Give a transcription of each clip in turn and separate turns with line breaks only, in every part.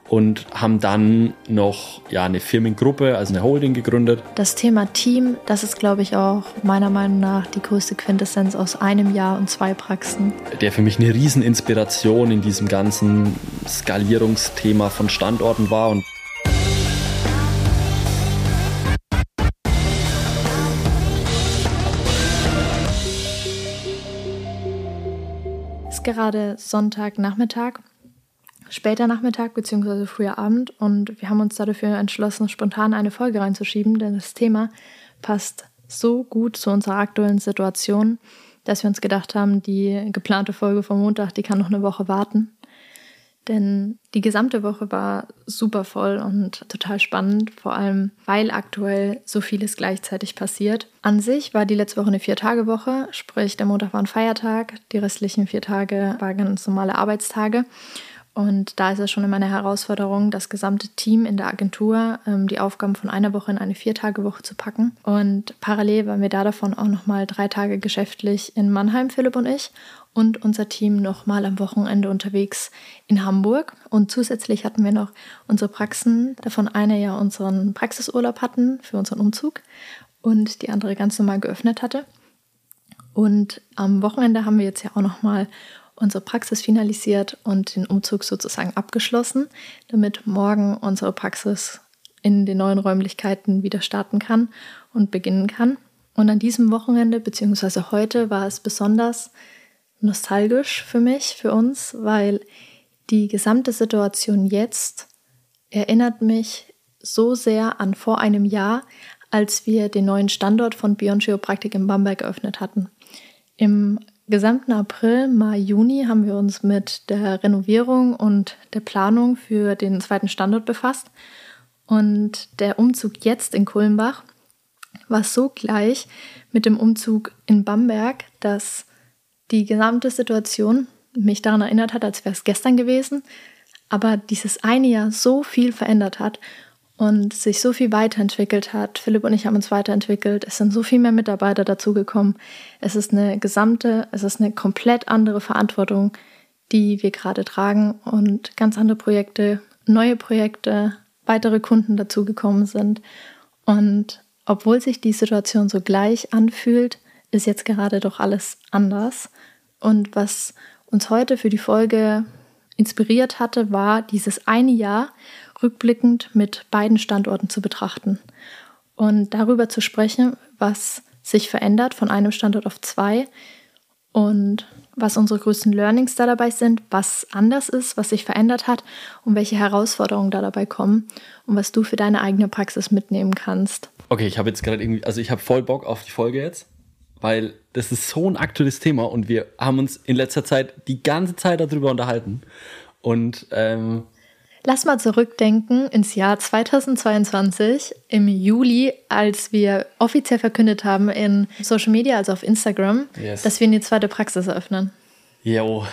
und haben dann noch eine Firmengruppe, also eine Holding gegründet.
Das Thema Team, das ist, glaube ich, auch meiner Meinung nach die größte Quintessenz aus einem Jahr und 2 Praxen.
Der für mich eine Rieseninspiration in diesem ganzen Skalierungsthema von Standorten war. Und
es ist gerade Sonntagnachmittag. Später Nachmittag bzw. früher Abend und wir haben uns dafür entschlossen, spontan eine Folge reinzuschieben, denn das Thema passt so gut zu unserer aktuellen Situation, dass wir uns gedacht haben, die geplante Folge vom Montag, die kann noch eine Woche warten. Denn die gesamte Woche war super voll und total spannend, vor allem weil aktuell so vieles gleichzeitig passiert. An sich war die letzte Woche eine 4-Tage-Woche, sprich der Montag war ein Feiertag, die restlichen 4 Tage waren ganz normale Arbeitstage. Und da ist es schon immer eine Herausforderung, das gesamte Team in der Agentur die Aufgaben von einer Woche in eine 4-Tage-Woche zu packen. Und parallel waren wir da davon auch nochmal 3 Tage geschäftlich in Mannheim, Philipp und ich, und unser Team nochmal am Wochenende unterwegs in Hamburg. Und zusätzlich hatten wir noch unsere Praxen, davon eine ja unseren Praxisurlaub hatten für unseren Umzug und die andere ganz normal geöffnet hatte. Und am Wochenende haben wir jetzt ja auch nochmal unsere Praxis finalisiert und den Umzug sozusagen abgeschlossen, damit morgen unsere Praxis in den neuen Räumlichkeiten wieder starten kann und beginnen kann. Und an diesem Wochenende bzw. heute war es besonders nostalgisch für mich, für uns, weil die gesamte Situation jetzt erinnert mich so sehr an vor einem Jahr, als wir den neuen Standort von Beyond Chiropraktik in Bamberg eröffnet hatten. Im gesamten April, Mai, Juni haben wir uns mit der Renovierung und der Planung für den zweiten Standort befasst. Und der Umzug jetzt in Kulmbach war so gleich mit dem Umzug in Bamberg, dass die gesamte Situation mich daran erinnert hat, als wäre es gestern gewesen, aber dieses eine Jahr so viel verändert hat und sich so viel weiterentwickelt hat. Philipp und ich haben uns weiterentwickelt. Es sind so viel mehr Mitarbeiter dazugekommen. Es ist eine komplett andere Verantwortung, die wir gerade tragen und ganz andere Projekte, neue Projekte, weitere Kunden dazugekommen sind. Und obwohl sich die Situation so gleich anfühlt, ist jetzt gerade doch alles anders. Und was uns heute für die Folge inspiriert hatte, war dieses eine Jahr rückblickend mit beiden Standorten zu betrachten und darüber zu sprechen, was sich verändert von einem Standort auf 2 und was unsere größten Learnings da dabei sind, was anders ist, was sich verändert hat und welche Herausforderungen da dabei kommen und was du für deine eigene Praxis mitnehmen kannst.
Okay, ich habe jetzt gerade ich habe voll Bock auf die Folge jetzt, weil das ist so ein aktuelles Thema und wir haben uns in letzter Zeit die ganze Zeit darüber unterhalten und
lass mal zurückdenken ins Jahr 2022 im Juli, als wir offiziell verkündet haben in Social Media, also auf Instagram, dass wir eine zweite Praxis eröffnen.
Jo,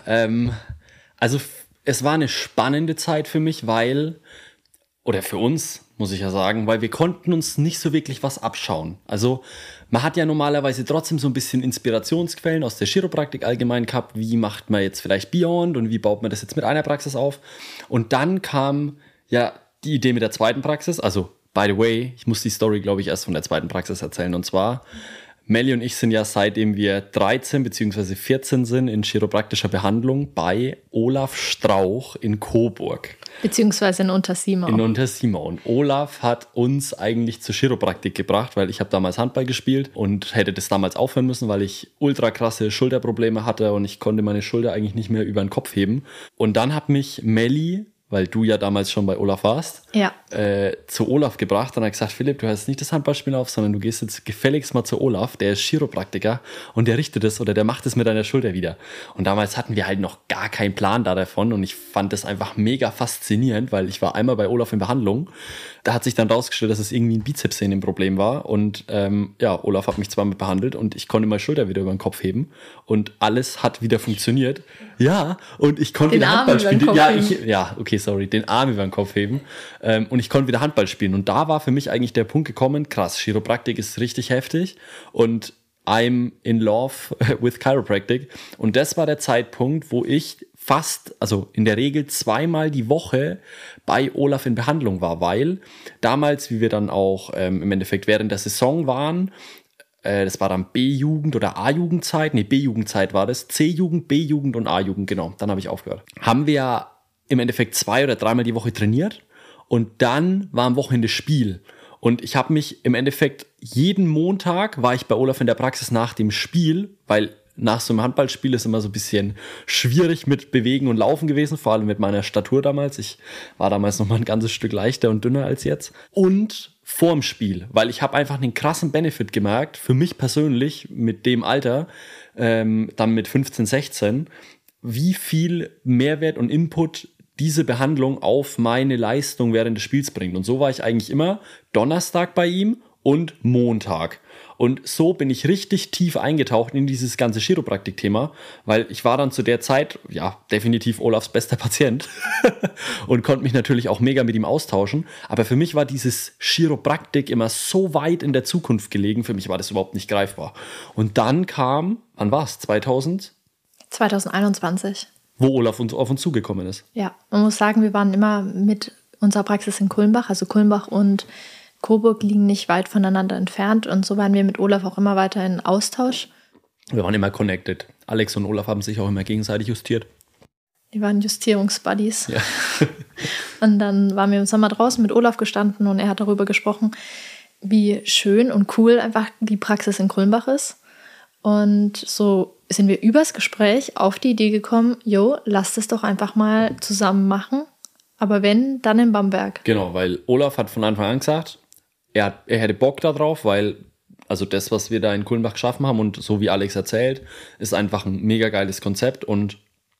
also es war eine spannende Zeit für mich, oder für uns, muss ich ja sagen, weil wir konnten uns nicht so wirklich was abschauen. Also man hat ja normalerweise trotzdem so ein bisschen Inspirationsquellen aus der Chiropraktik allgemein gehabt. Wie macht man jetzt vielleicht Beyond und wie baut man das jetzt mit einer Praxis auf? Und dann kam ja die Idee mit der zweiten Praxis. Also, by the way, ich muss die Story, glaube ich, erst von der zweiten Praxis erzählen. Und zwar, Melli und ich sind ja, seitdem wir 13 bzw. 14 sind, in chiropraktischer Behandlung bei Olaf Strauch in Coburg.
Beziehungsweise in Untersimau.
In Untersimau. Und Olaf hat uns eigentlich zur Chiropraktik gebracht, weil ich habe damals Handball gespielt und hätte das damals aufhören müssen, weil ich ultra krasse Schulterprobleme hatte und ich konnte meine Schulter eigentlich nicht mehr über den Kopf heben. Und dann hat mich Melli, weil du ja damals schon bei Olaf warst, zu Olaf gebracht und hat gesagt, Philipp, du hörst nicht das Handballspielen auf, sondern du gehst jetzt gefälligst mal zu Olaf, der ist Chiropraktiker und der richtet es oder der macht es mit deiner Schulter wieder. Und damals hatten wir halt noch gar keinen Plan davon und ich fand das einfach mega faszinierend, weil ich war einmal bei Olaf in Behandlung. Da hat sich dann rausgestellt, dass es irgendwie ein Bizepssehnenproblem war und Olaf hat mich zweimal behandelt und ich konnte meine Schulter wieder über den Kopf heben und alles hat wieder funktioniert. Ja, und ich konnte wieder Handball spielen. Den Arm über den Kopf heben. Und ich konnte wieder Handball spielen. Und da war für mich eigentlich der Punkt gekommen, krass, Chiropraktik ist richtig heftig und I'm in love with Chiropractic. Und das war der Zeitpunkt, wo ich also in der Regel 2-mal die Woche bei Olaf in Behandlung war, weil damals, wie wir dann auch im Endeffekt während der Saison waren, das war dann B-Jugend oder A-Jugendzeit, B-Jugendzeit war das, C-Jugend, B-Jugend und A-Jugend, genau, dann habe ich aufgehört. Haben wir ja im Endeffekt 2- oder 3-mal die Woche trainiert und dann war am Wochenende Spiel. Und ich habe mich im Endeffekt jeden Montag war ich bei Olaf in der Praxis nach dem Spiel, weil nach so einem Handballspiel ist immer so ein bisschen schwierig mit Bewegen und Laufen gewesen, vor allem mit meiner Statur damals. Ich war damals noch mal ein ganzes Stück leichter und dünner als jetzt. Und vorm Spiel, weil ich habe einfach einen krassen Benefit gemerkt, für mich persönlich mit dem Alter, dann mit 15, 16, wie viel Mehrwert und Input diese Behandlung auf meine Leistung während des Spiels bringt. Und so war ich eigentlich immer Donnerstag bei ihm und Montag. Und so bin ich richtig tief eingetaucht in dieses ganze Chiropraktik-Thema, weil ich war dann zu der Zeit, ja, definitiv Olafs bester Patient und konnte mich natürlich auch mega mit ihm austauschen. Aber für mich war dieses Chiropraktik immer so weit in der Zukunft gelegen, für mich war das überhaupt nicht greifbar. Und dann kam, wann war es?
2021.
Wo Olaf auf uns zugekommen ist.
Ja, man muss sagen, wir waren immer mit unserer Praxis in Kulmbach, also Kulmbach und Coburg liegen nicht weit voneinander entfernt und so waren wir mit Olaf auch immer weiter in Austausch.
Wir waren immer connected. Alex und Olaf haben sich auch immer gegenseitig justiert.
Die waren Justierungsbuddies.
Ja.
Und dann waren wir im Sommer draußen mit Olaf gestanden und er hat darüber gesprochen, wie schön und cool einfach die Praxis in Kulmbach ist. Und so sind wir übers Gespräch auf die Idee gekommen, lasst es doch einfach mal zusammen machen. Aber wenn, dann in Bamberg.
Genau, weil Olaf hat von Anfang an gesagt, er hätte Bock da drauf, weil also das, was wir da in Kulmbach geschaffen haben und so wie Alex erzählt, ist einfach ein mega geiles Konzept. Und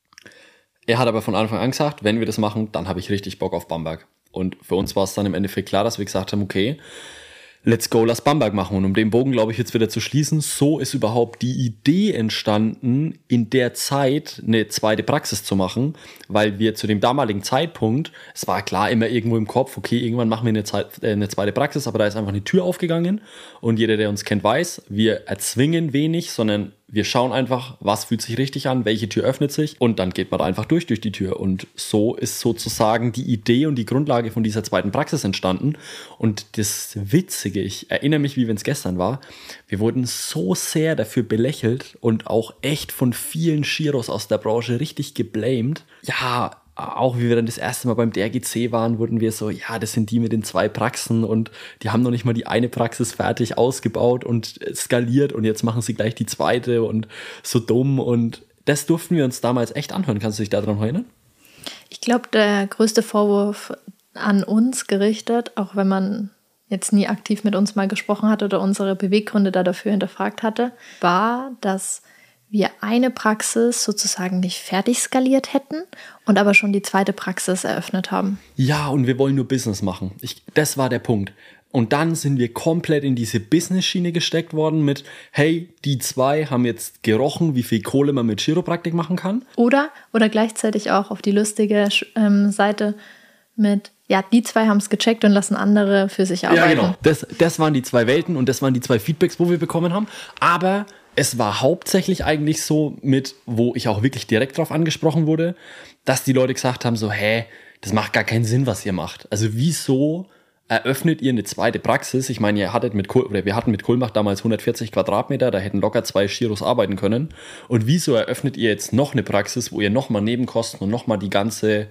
er hat aber von Anfang an gesagt, wenn wir das machen, dann habe ich richtig Bock auf Bamberg. Und für uns war es dann im Endeffekt klar, dass wir gesagt haben, okay, let's go, lass Bamberg machen. Und um den Bogen, glaube ich, jetzt wieder zu schließen, so ist überhaupt die Idee entstanden, in der Zeit eine zweite Praxis zu machen, weil wir zu dem damaligen Zeitpunkt, es war klar immer irgendwo im Kopf, okay, irgendwann machen wir eine zweite Praxis, aber da ist einfach eine Tür aufgegangen und jeder, der uns kennt, weiß, wir erzwingen wenig, sondern wir schauen einfach, was fühlt sich richtig an, welche Tür öffnet sich und dann geht man da einfach durch die Tür. Und so ist sozusagen die Idee und die Grundlage von dieser zweiten Praxis entstanden. Und das Witzige, ich erinnere mich, wie wenn es gestern war, wir wurden so sehr dafür belächelt und auch echt von vielen Chiros aus der Branche richtig geblamed. Ja, auch wie wir dann das erste Mal beim DRGC waren, wurden wir so, ja, das sind die mit den 2 Praxen und die haben noch nicht mal die eine Praxis fertig ausgebaut und skaliert und jetzt machen sie gleich die zweite und so dumm und das durften wir uns damals echt anhören. Kannst du dich daran erinnern?
Ich glaube, der größte Vorwurf an uns gerichtet, auch wenn man jetzt nie aktiv mit uns mal gesprochen hat oder unsere Beweggründe da dafür hinterfragt hatte, war, dass wir eine Praxis sozusagen nicht fertig skaliert hätten und aber schon die zweite Praxis eröffnet haben.
Ja, und wir wollen nur Business machen. Das war der Punkt. Und dann sind wir komplett in diese Business-Schiene gesteckt worden mit, hey, die 2 haben jetzt gerochen, wie viel Kohle man mit Chiropraktik machen kann.
Oder gleichzeitig auch auf die lustige Seite mit, ja, die 2 haben es gecheckt und lassen andere für sich arbeiten.
Ja, genau. Das waren die 2 Welten und das waren die 2 Feedbacks, wo wir bekommen haben. Aber es war hauptsächlich eigentlich so wo ich auch wirklich direkt drauf angesprochen wurde, dass die Leute gesagt haben so, das macht gar keinen Sinn, was ihr macht. Also wieso eröffnet ihr eine zweite Praxis? Ich meine, wir hatten mit Kulmbach damals 140 Quadratmeter, da hätten locker 2 Chiros arbeiten können. Und wieso eröffnet ihr jetzt noch eine Praxis, wo ihr nochmal Nebenkosten und nochmal den ganzen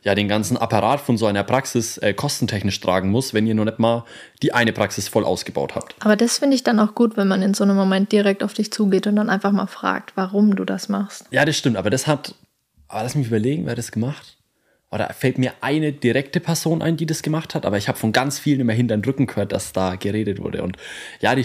Apparat von so einer Praxis kostentechnisch tragen muss, wenn ihr noch nicht mal die eine Praxis voll ausgebaut habt?
Aber das finde ich dann auch gut, wenn man in so einem Moment direkt auf dich zugeht und dann einfach mal fragt, warum du das machst.
Ja, das stimmt, aber lass mich überlegen, wer hat das gemacht? Oder fällt mir eine direkte Person ein, die das gemacht hat, aber ich habe von ganz vielen immer hinter den Rücken gehört, dass da geredet wurde. Und ja, die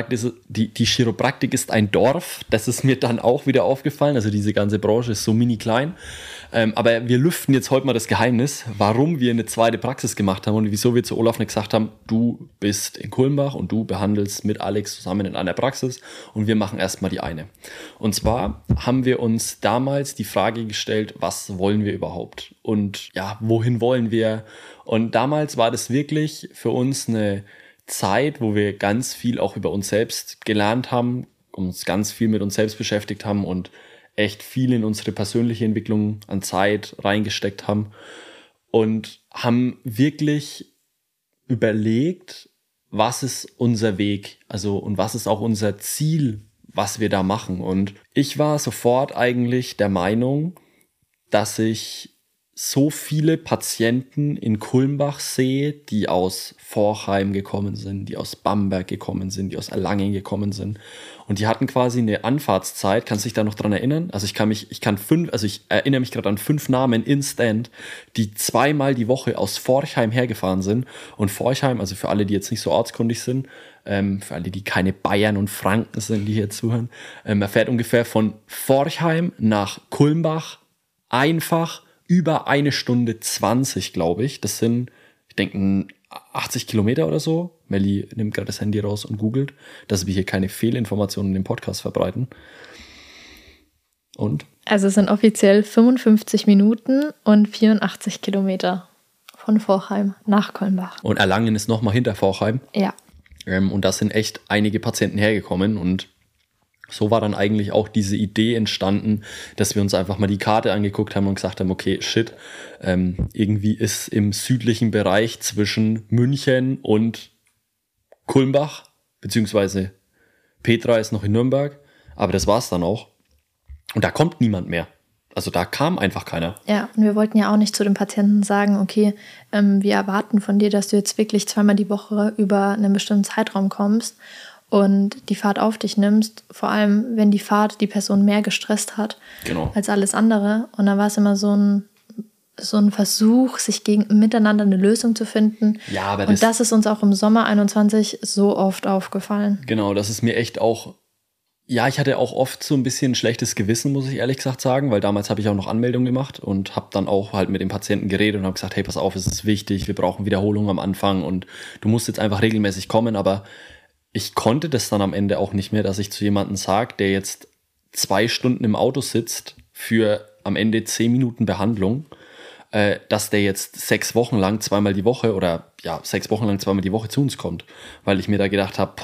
Chiropraktik ist ein Dorf, das ist mir dann auch wieder aufgefallen. Also diese ganze Branche ist so mini klein. Aber wir lüften jetzt heute mal das Geheimnis, warum wir eine zweite Praxis gemacht haben und wieso wir zu Olaf nicht gesagt haben, du bist in Kulmbach und du behandelst mit Alex zusammen in einer Praxis und wir machen erstmal die eine. Und zwar haben wir uns damals die Frage gestellt, was wollen wir überhaupt? Und ja, wohin wollen wir? Und damals war das wirklich für uns eine Zeit, wo wir ganz viel auch über uns selbst gelernt haben, uns ganz viel mit uns selbst beschäftigt haben und echt viel in unsere persönliche Entwicklung an Zeit reingesteckt haben und haben wirklich überlegt, was ist unser Weg, also und was ist auch unser Ziel, was wir da machen. Und ich war sofort eigentlich der Meinung, dass ich so viele Patienten in Kulmbach sehe, die aus Forchheim gekommen sind, die aus Bamberg gekommen sind, die aus Erlangen gekommen sind. Und die hatten quasi eine Anfahrtszeit. Kannst du dich da noch dran erinnern? Also ich erinnere mich gerade an 5 Namen instant, die 2-mal die Woche aus Forchheim hergefahren sind. Und Forchheim, also für alle, die jetzt nicht so ortskundig sind, für alle, die keine Bayern und Franken sind, die hier zuhören, er fährt ungefähr von Forchheim nach Kulmbach einfach über 1 Stunde 20, glaube ich. Das sind, ich denke, 80 Kilometer oder so. Melli nimmt gerade das Handy raus und googelt, dass wir hier keine Fehlinformationen in dem Podcast verbreiten. Und?
Also es sind offiziell 55 Minuten und 84 Kilometer von Forchheim nach Kulmbach.
Und Erlangen ist nochmal hinter Forchheim.
Ja.
Und da sind echt einige Patienten hergekommen und so war dann eigentlich auch diese Idee entstanden, dass wir uns einfach mal die Karte angeguckt haben und gesagt haben, okay, shit, irgendwie ist im südlichen Bereich zwischen München und Kulmbach, beziehungsweise Petra ist noch in Nürnberg, aber das war's dann auch. Und da kommt niemand mehr. Also da kam einfach keiner.
Ja, und wir wollten ja auch nicht zu den Patienten sagen, okay, wir erwarten von dir, dass du jetzt wirklich 2-mal die Woche über einen bestimmten Zeitraum kommst und die Fahrt auf dich nimmst, vor allem wenn die Fahrt die Person mehr gestresst hat als alles andere. Und dann war es immer so ein Versuch, sich miteinander eine Lösung zu finden.
Ja, aber
und das ist uns auch im Sommer 21 so oft aufgefallen.
Genau, das ist mir echt auch, ja, ich hatte auch oft so ein bisschen ein schlechtes Gewissen, muss ich ehrlich gesagt sagen, weil damals habe ich auch noch Anmeldungen gemacht und habe dann auch halt mit dem Patienten geredet und habe gesagt, hey, pass auf, es ist wichtig, wir brauchen Wiederholung am Anfang und du musst jetzt einfach regelmäßig kommen, aber ich konnte das dann am Ende auch nicht mehr, dass ich zu jemandem sage, der jetzt 2 Stunden im Auto sitzt für am Ende 10 Minuten Behandlung, dass der jetzt 6 Wochen lang 2-mal die Woche oder ja, 6 Wochen lang 2-mal die Woche zu uns kommt. Weil ich mir da gedacht habe,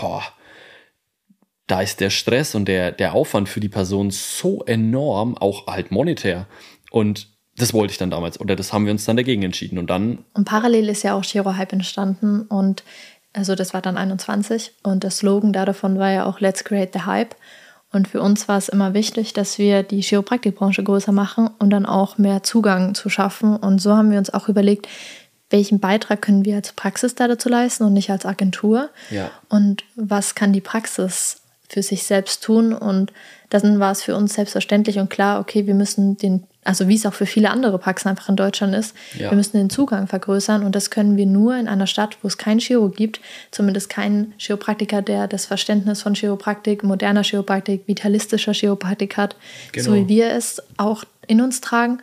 da ist der Stress und der Aufwand für die Person so enorm, auch halt monetär. Und das wollte ich dann damals, oder das haben wir uns dann dagegen entschieden. Und
parallel ist ja auch Chirohype entstanden und also das war dann 21 und der Slogan davon war ja auch Let's Create the Hype. Und für uns war es immer wichtig, dass wir die Chiropraktikbranche größer machen und dann auch mehr Zugang zu schaffen. Und so haben wir uns auch überlegt, welchen Beitrag können wir als Praxis da dazu leisten und nicht als Agentur.
Ja.
Und was kann die Praxis für sich selbst tun? Und dann war es für uns selbstverständlich und klar, okay, wir müssen also wie es auch für viele andere Praxen einfach in Deutschland ist, wir müssen den Zugang vergrößern und das können wir nur in einer Stadt, wo es keinen Chiro gibt, zumindest keinen Chiropraktiker, der das Verständnis von Chiropraktik, moderner Chiropraktik, vitalistischer Chiropraktik hat, so wie wir es auch in uns tragen.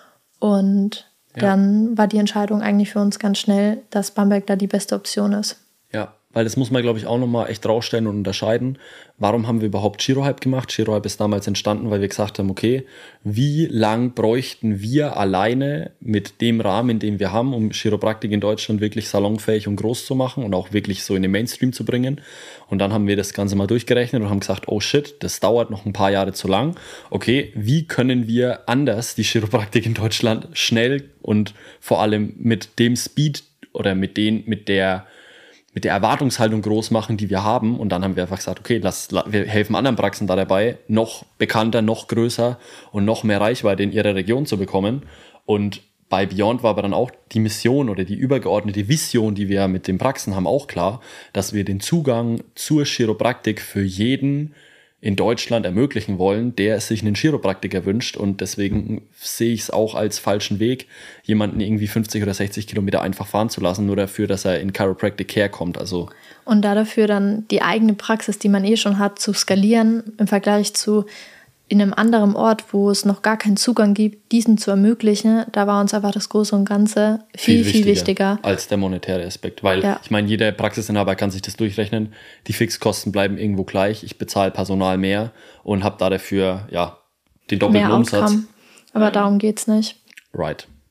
Und dann war die Entscheidung eigentlich für uns ganz schnell, dass Bamberg da die beste Option ist.
Ja, weil das muss man, glaube ich, auch nochmal echt rausstellen und unterscheiden. Warum haben wir überhaupt Chirohype gemacht? Chirohype ist damals entstanden, weil wir gesagt haben, okay, wie lang bräuchten wir alleine mit dem Rahmen, den wir haben, um Chiropraktik in Deutschland wirklich salonfähig und groß zu machen und auch wirklich so in den Mainstream zu bringen? Und dann haben wir das Ganze mal durchgerechnet und haben gesagt, oh shit, das dauert noch ein paar Jahre zu lang. Okay, wie können wir anders die Chiropraktik in Deutschland schnell und vor allem mit dem Speed oder mit der Erwartungshaltung groß machen, die wir haben. Und dann haben wir einfach gesagt, okay, wir helfen anderen Praxen da dabei, noch bekannter, noch größer und noch mehr Reichweite in ihrer Region zu bekommen. Und bei Beyond war aber dann auch die Mission oder die übergeordnete Vision, die wir mit den Praxen haben, auch klar, dass wir den Zugang zur Chiropraktik für jeden in Deutschland ermöglichen wollen, der sich einen Chiropraktiker wünscht. Und deswegen sehe ich es auch als falschen Weg, jemanden irgendwie 50 oder 60 Kilometer einfach fahren zu lassen, nur dafür, dass er in Chiropractic Care kommt. Also
und dafür dann die eigene Praxis, die man schon hat, zu skalieren im Vergleich zu in einem anderen Ort, wo es noch gar keinen Zugang gibt, diesen zu ermöglichen, da war uns einfach das Große und Ganze viel wichtiger.
Als der monetäre Aspekt. Weil ich meine, jeder Praxisinhaber kann sich das durchrechnen. Die Fixkosten bleiben irgendwo gleich. Ich bezahle Personal mehr und habe dafür den doppelten
mehr
Umsatz.
Outcome. Aber darum geht's nicht.
Right.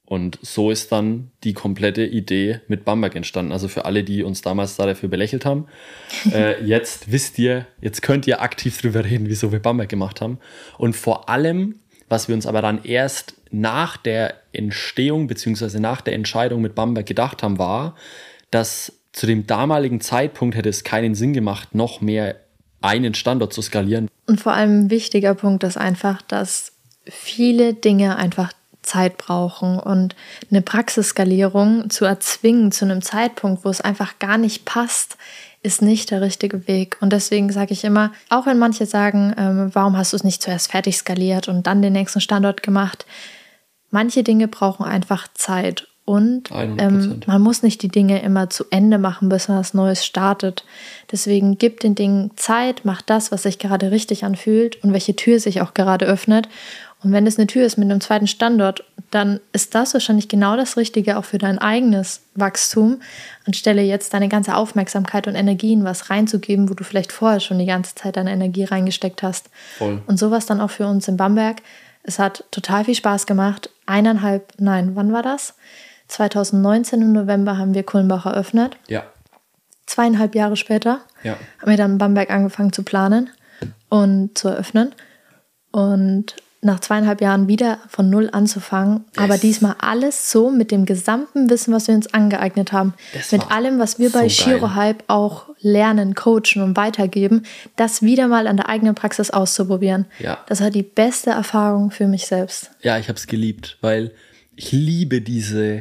Und so ist dann die komplette Idee mit Bamberg entstanden. Also für alle, die uns damals dafür belächelt haben, jetzt könnt ihr aktiv drüber reden, wieso wir Bamberg gemacht haben. Und vor allem, was wir uns aber dann erst nach der Entstehung bzw. nach der Entscheidung mit Bamberg gedacht haben, war, dass zu dem damaligen Zeitpunkt hätte es keinen Sinn gemacht, noch mehr einen Standort zu skalieren.
Und vor allem ein wichtiger Punkt ist einfach, dass viele Dinge einfach Zeit brauchen und eine Praxisskalierung zu erzwingen zu einem Zeitpunkt, wo es einfach gar nicht passt, ist nicht der richtige Weg. Und deswegen sage ich immer, auch wenn manche sagen, warum hast du es nicht zuerst fertig skaliert und dann den nächsten Standort gemacht, manche Dinge brauchen einfach Zeit. Und man muss nicht die Dinge immer zu Ende machen, bis man was Neues startet. Deswegen gib den Dingen Zeit, mach das, was sich gerade richtig anfühlt und welche Tür sich auch gerade öffnet. Und wenn es eine Tür ist mit einem zweiten Standort, dann ist das wahrscheinlich genau das Richtige auch für dein eigenes Wachstum, anstelle jetzt deine ganze Aufmerksamkeit und Energie in was reinzugeben, wo du vielleicht vorher schon die ganze Zeit deine Energie reingesteckt hast.
Voll.
Und sowas dann auch für uns in Bamberg. Es hat total viel Spaß gemacht. Wann war das? 2019 im November haben wir Kulmbach eröffnet.
Ja.
2,5 Jahre später
haben
wir dann in Bamberg angefangen zu planen und zu eröffnen. Und nach 2,5 Jahren wieder von null anzufangen, aber diesmal alles so mit dem gesamten Wissen, was wir uns angeeignet haben, mit allem, was wir bei Shiro Hype auch lernen, coachen und weitergeben, das wieder mal an der eigenen Praxis auszuprobieren.
Ja.
Das war die beste Erfahrung für mich selbst.
Ja, ich habe es geliebt, weil ich liebe diese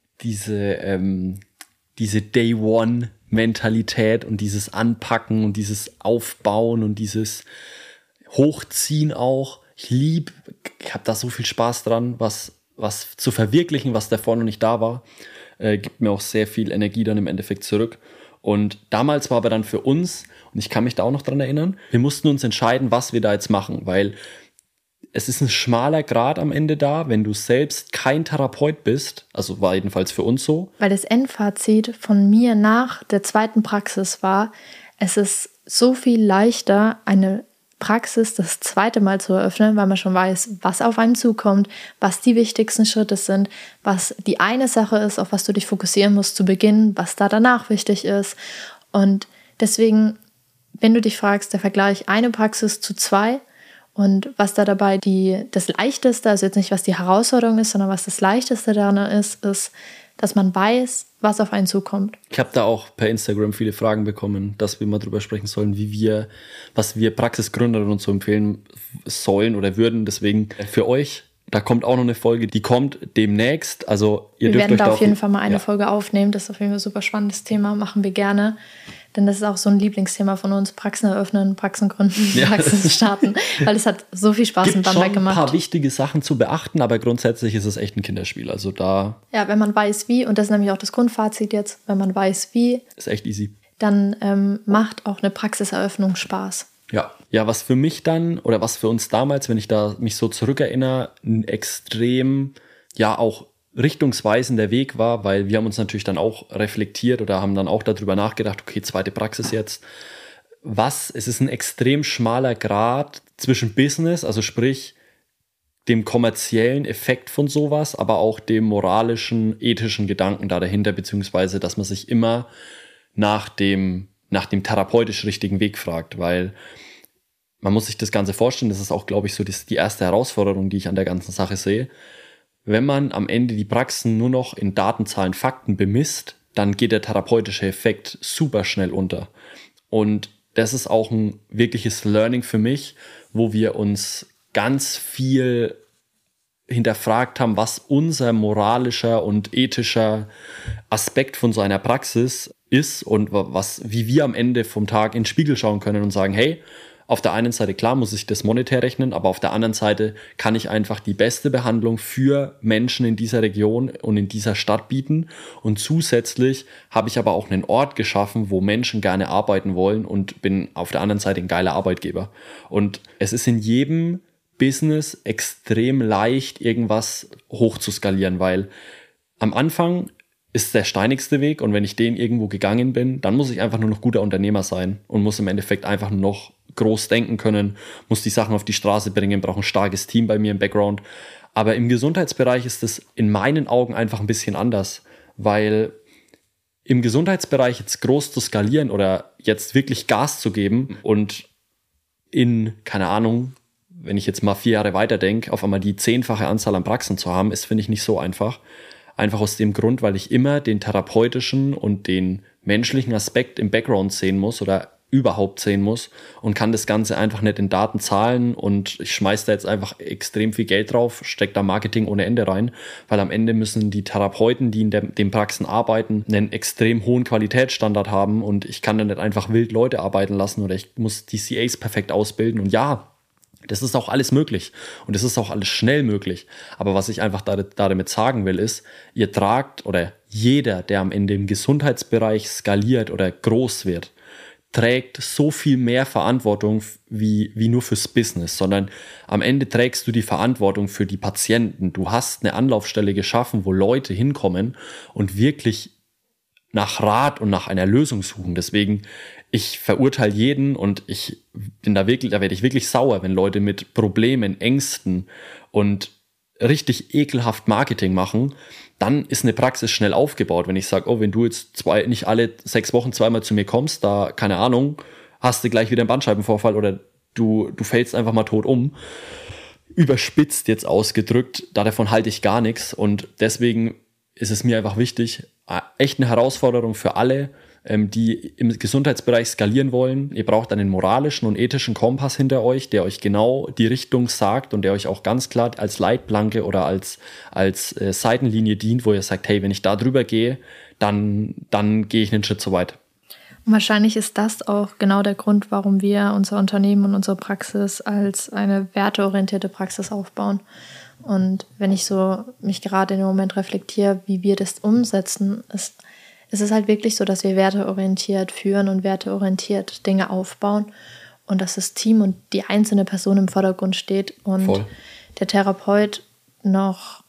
Day-One-Mentalität und dieses Anpacken und dieses Aufbauen und dieses Hochziehen auch. Ich habe da so viel Spaß dran, was zu verwirklichen, was davor noch nicht da war. Gibt mir auch sehr viel Energie dann im Endeffekt zurück. Und damals war aber dann für uns, und ich kann mich da auch noch dran erinnern, wir mussten uns entscheiden, was wir da jetzt machen, weil es ist ein schmaler Grat am Ende da, wenn du selbst kein Therapeut bist, also war jedenfalls für uns so.
Weil das Endfazit von mir nach der zweiten Praxis war, es ist so viel leichter, eine Praxis das zweite Mal zu eröffnen, weil man schon weiß, was auf einen zukommt, was die wichtigsten Schritte sind, was die eine Sache ist, auf was du dich fokussieren musst zu Beginn, was da danach wichtig ist. Und deswegen, wenn du dich fragst, der Vergleich eine Praxis zu 2 und was da dabei das Leichteste, also jetzt nicht, was die Herausforderung ist, sondern was das Leichteste daran ist, dass man weiß, was auf einen zukommt.
Ich habe da auch per Instagram viele Fragen bekommen, dass wir mal drüber sprechen sollen, was wir Praxisgründerinnen und so empfehlen sollen oder würden. Deswegen für euch, da kommt auch noch eine Folge, die kommt demnächst. Also
wir werden da auf jeden Fall mal eine Folge aufnehmen. Das ist auf jeden Fall ein super spannendes Thema, machen wir gerne. Denn das ist auch so ein Lieblingsthema von uns, Praxen eröffnen, Praxen gründen, Praxen starten, weil es hat so viel Spaß in Bamberg gemacht.
Es gibt ein paar wichtige Sachen zu beachten, aber grundsätzlich ist es echt ein Kinderspiel. Also da...
Ja, wenn man weiß wie, und das ist nämlich auch das Grundfazit jetzt, wenn man weiß wie...
Ist echt easy.
Dann macht auch eine Praxiseröffnung Spaß.
Ja, was für mich dann, oder was für uns damals, wenn ich da mich so zurückerinnere, ein extrem, ja auch richtungsweisender Weg war, weil wir haben uns natürlich dann auch reflektiert oder haben dann auch darüber nachgedacht, okay, zweite Praxis jetzt. Es ist ein extrem schmaler Grat zwischen Business, also sprich dem kommerziellen Effekt von sowas, aber auch dem moralischen, ethischen Gedanken da dahinter, beziehungsweise, dass man sich immer nach dem therapeutisch richtigen Weg fragt, weil man muss sich das Ganze vorstellen, das ist auch, glaube ich, so die erste Herausforderung, die ich an der ganzen Sache sehe. Wenn man am Ende die Praxen nur noch in Daten, Zahlen, Fakten bemisst, dann geht der therapeutische Effekt super schnell unter. Und das ist auch ein wirkliches Learning für mich, wo wir uns ganz viel hinterfragt haben, was unser moralischer und ethischer Aspekt von so einer Praxis ist und wie wir am Ende vom Tag in den Spiegel schauen können und sagen, hey, auf der einen Seite, klar, muss ich das monetär rechnen, aber auf der anderen Seite kann ich einfach die beste Behandlung für Menschen in dieser Region und in dieser Stadt bieten. Und zusätzlich habe ich aber auch einen Ort geschaffen, wo Menschen gerne arbeiten wollen und bin auf der anderen Seite ein geiler Arbeitgeber. Und es ist in jedem Business extrem leicht, irgendwas hoch zu skalieren, weil am Anfang ist der steinigste Weg und wenn ich den irgendwo gegangen bin, dann muss ich einfach nur noch guter Unternehmer sein und muss im Endeffekt einfach nur noch groß denken können, muss die Sachen auf die Straße bringen, brauche ein starkes Team bei mir im Background. Aber im Gesundheitsbereich ist es in meinen Augen einfach ein bisschen anders, weil im Gesundheitsbereich jetzt groß zu skalieren oder jetzt wirklich Gas zu geben und keine Ahnung, wenn ich jetzt mal 4 Jahre weiterdenke, auf einmal die 10-fache Anzahl an Praxen zu haben, ist, finde ich, nicht so einfach. Einfach aus dem Grund, weil ich immer den therapeutischen und den menschlichen Aspekt im Background sehen muss oder überhaupt sehen muss und kann das Ganze einfach nicht in Daten zahlen und ich schmeiße da jetzt einfach extrem viel Geld drauf, stecke da Marketing ohne Ende rein, weil am Ende müssen die Therapeuten, die in den Praxen arbeiten, einen extrem hohen Qualitätsstandard haben und ich kann da nicht einfach wild Leute arbeiten lassen oder ich muss die CAs perfekt ausbilden und ja, das ist auch alles möglich und das ist auch alles schnell möglich. Aber was ich einfach damit sagen will, ist, ihr tragt oder jeder, der am Ende im Gesundheitsbereich skaliert oder groß wird, trägt so viel mehr Verantwortung wie nur fürs Business, sondern am Ende trägst du die Verantwortung für die Patienten. Du hast eine Anlaufstelle geschaffen, wo Leute hinkommen und wirklich nach Rat und nach einer Lösung suchen. Deswegen, ich verurteile jeden und da werde ich wirklich sauer, wenn Leute mit Problemen, Ängsten und richtig ekelhaft Marketing machen, dann ist eine Praxis schnell aufgebaut. Wenn ich sage, oh, wenn du jetzt nicht alle 6 Wochen zweimal zu mir kommst, da, keine Ahnung, hast du gleich wieder einen Bandscheibenvorfall oder du fällst einfach mal tot um. Überspitzt jetzt ausgedrückt, davon halte ich gar nichts und deswegen ist es mir einfach wichtig, echt eine Herausforderung für alle, die im Gesundheitsbereich skalieren wollen. Ihr braucht einen moralischen und ethischen Kompass hinter euch, der euch genau die Richtung sagt und der euch auch ganz klar als Leitplanke oder als Seitenlinie dient, wo ihr sagt, hey, wenn ich da drüber gehe, dann gehe ich einen Schritt zu weit.
Und wahrscheinlich ist das auch genau der Grund, warum wir unser Unternehmen und unsere Praxis als eine werteorientierte Praxis aufbauen. Und wenn ich so mich gerade in dem Moment reflektiere, wie wir das umsetzen, ist es halt wirklich so, dass wir werteorientiert führen und werteorientiert Dinge aufbauen und dass das Team und die einzelne Person im Vordergrund steht und Voll. Der Therapeut noch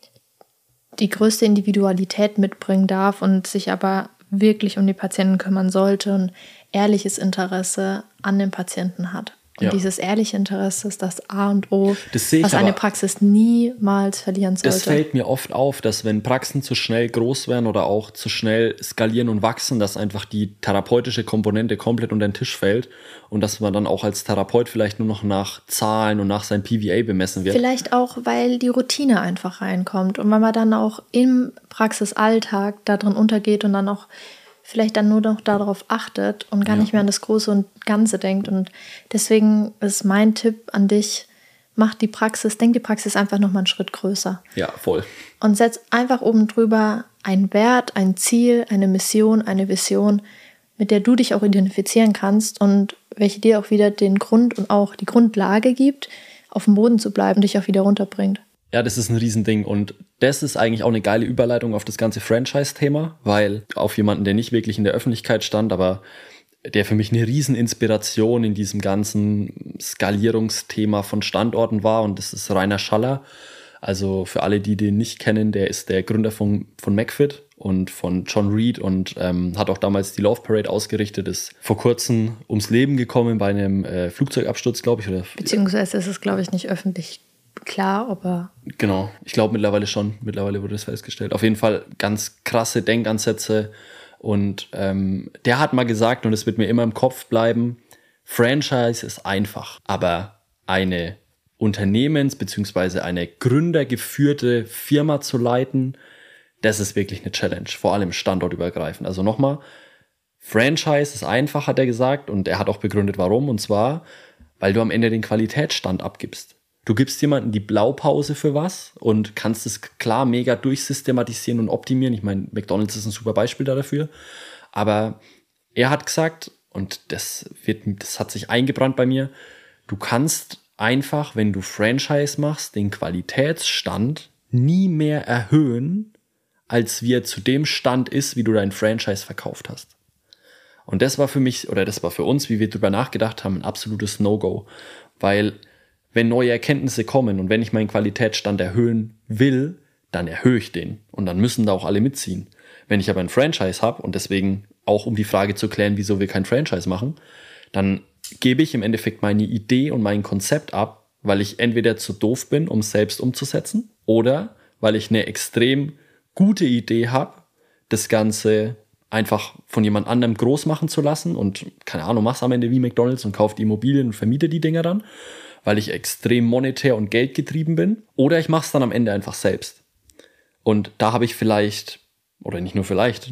die größte Individualität mitbringen darf und sich aber wirklich um die Patienten kümmern sollte und ehrliches Interesse an dem Patienten hat. Und dieses ehrliche Interesse ist das A und O, was eine Praxis niemals verlieren sollte.
Das fällt mir oft auf, dass wenn Praxen zu schnell groß werden oder auch zu schnell skalieren und wachsen, dass einfach die therapeutische Komponente komplett unter den Tisch fällt und dass man dann auch als Therapeut vielleicht nur noch nach Zahlen und nach seinem PVA bemessen wird.
Vielleicht auch, weil die Routine einfach reinkommt und weil man dann auch im Praxisalltag da drin untergeht und dann auch vielleicht dann nur noch darauf achtet und gar nicht mehr an das Große und Ganze denkt. Und deswegen ist mein Tipp an dich, denk die Praxis einfach nochmal einen Schritt größer.
Ja, voll.
Und setz einfach oben drüber einen Wert, ein Ziel, eine Mission, eine Vision, mit der du dich auch identifizieren kannst und welche dir auch wieder den Grund und auch die Grundlage gibt, auf dem Boden zu bleiben, dich auch wieder runterbringt.
Ja, das ist ein Riesending und das ist eigentlich auch eine geile Überleitung auf das ganze Franchise-Thema, weil auf jemanden, der nicht wirklich in der Öffentlichkeit stand, aber der für mich eine Rieseninspiration in diesem ganzen Skalierungsthema von Standorten war und das ist Rainer Schaller. Also für alle, die den nicht kennen, der ist der Gründer von McFit und von John Reed und hat auch damals die Love Parade ausgerichtet, ist vor kurzem ums Leben gekommen bei einem Flugzeugabsturz, glaube ich.
Beziehungsweise ist es, glaube ich, nicht öffentlich klar, aber...
Genau, ich glaube mittlerweile schon. Mittlerweile wurde das festgestellt. Auf jeden Fall ganz krasse Denkansätze. Und der hat mal gesagt, und es wird mir immer im Kopf bleiben, Franchise ist einfach, aber eine bzw. eine gründergeführte Firma zu leiten, das ist wirklich eine Challenge, vor allem standortübergreifend. Also nochmal, Franchise ist einfach, hat er gesagt, und er hat auch begründet, warum. Und zwar, weil du am Ende den Qualitätsstand abgibst. Du gibst jemandem die Blaupause für was und kannst es klar mega durchsystematisieren und optimieren. Ich meine, McDonald's ist ein super Beispiel dafür. Aber er hat gesagt, und das hat sich eingebrannt bei mir, du kannst einfach, wenn du Franchise machst, den Qualitätsstand nie mehr erhöhen, als wie er zu dem Stand ist, wie du dein Franchise verkauft hast. Und das war für mich, oder das war für uns, wie wir drüber nachgedacht haben, ein absolutes No-Go. Weil wenn neue Erkenntnisse kommen und wenn ich meinen Qualitätsstand erhöhen will, dann erhöhe ich den. Und dann müssen da auch alle mitziehen. Wenn ich aber ein Franchise habe und deswegen auch um die Frage zu klären, wieso wir kein Franchise machen, dann gebe ich im Endeffekt meine Idee und mein Konzept ab, weil ich entweder zu doof bin, um es selbst umzusetzen, oder weil ich eine extrem gute Idee habe, das Ganze einfach von jemand anderem groß machen zu lassen und, keine Ahnung, mach's am Ende wie McDonald's und kaufe die Immobilien und vermiete die Dinger dann, weil ich extrem monetär und geldgetrieben bin, oder ich mache es dann am Ende einfach selbst. Und da habe ich vielleicht, oder nicht nur vielleicht,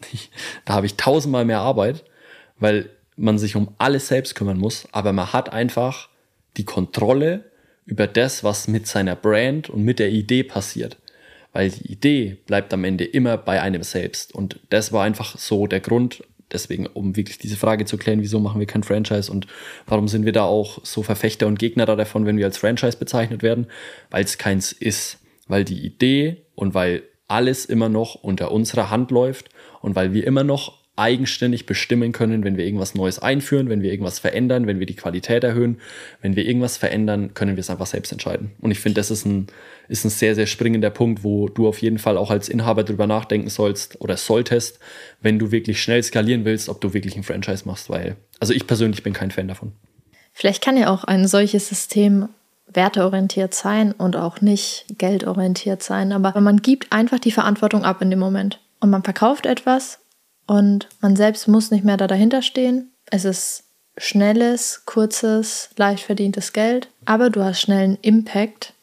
da habe ich 1000-mal mehr Arbeit, weil man sich um alles selbst kümmern muss, aber man hat einfach die Kontrolle über das, was mit seiner Brand und mit der Idee passiert. Weil die Idee bleibt am Ende immer bei einem selbst. Und das war einfach so der Grund, deswegen, um wirklich diese Frage zu klären, wieso machen wir kein Franchise und warum sind wir da auch so Verfechter und Gegner davon, wenn wir als Franchise bezeichnet werden? Weil es keins ist. Weil die Idee und weil alles immer noch unter unserer Hand läuft und weil wir immer noch eigenständig bestimmen können, wenn wir irgendwas Neues einführen, wenn wir irgendwas verändern, wenn wir die Qualität erhöhen, wenn wir irgendwas verändern, können wir es einfach selbst entscheiden. Und ich finde, das ist ein sehr, sehr springender Punkt, wo du auf jeden Fall auch als Inhaber drüber nachdenken sollst oder solltest, wenn du wirklich schnell skalieren willst, ob du wirklich ein Franchise machst, weil, also ich persönlich bin kein Fan davon.
Vielleicht kann ja auch ein solches System werteorientiert sein und auch nicht geldorientiert sein, aber man gibt einfach die Verantwortung ab in dem Moment und man verkauft etwas und man selbst muss nicht mehr dahinter stehen. Es ist schnelles, kurzes, leicht verdientes Geld, aber du hast schnell einen Impact,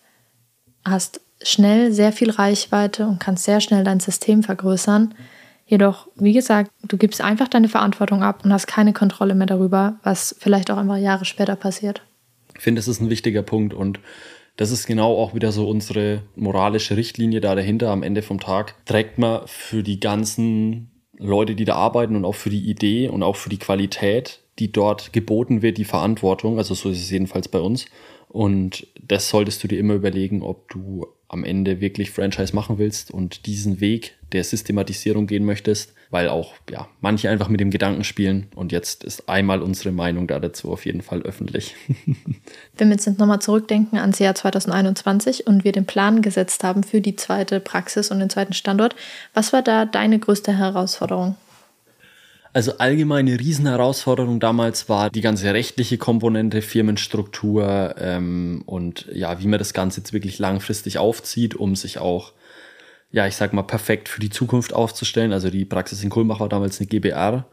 hast schnell sehr viel Reichweite und kannst sehr schnell dein System vergrößern. Jedoch, wie gesagt, du gibst einfach deine Verantwortung ab und hast keine Kontrolle mehr darüber, was vielleicht auch einfach Jahre später passiert.
Ich finde, das ist ein wichtiger Punkt und das ist genau auch wieder so unsere moralische Richtlinie da dahinter. Am Ende vom Tag trägt man für die ganzen Leute, die da arbeiten und auch für die Idee und auch für die Qualität, die dort geboten wird, die Verantwortung. Also so ist es jedenfalls bei uns. Und das solltest du dir immer überlegen, ob du am Ende wirklich Franchise machen willst und diesen Weg der Systematisierung gehen möchtest, weil auch manche einfach mit dem Gedanken spielen. Und jetzt ist einmal unsere Meinung dazu auf jeden Fall öffentlich.
Wenn wir jetzt nochmal zurückdenken ans Jahr 2021 und wir den Plan gesetzt haben für die zweite Praxis und den zweiten Standort, was war da deine größte Herausforderung?
Also allgemeine Riesenherausforderung damals war die ganze rechtliche Komponente, Firmenstruktur und wie man das Ganze jetzt wirklich langfristig aufzieht, um sich auch, ich sag mal, perfekt für die Zukunft aufzustellen. Also die Praxis in Kulmbach war damals eine GbR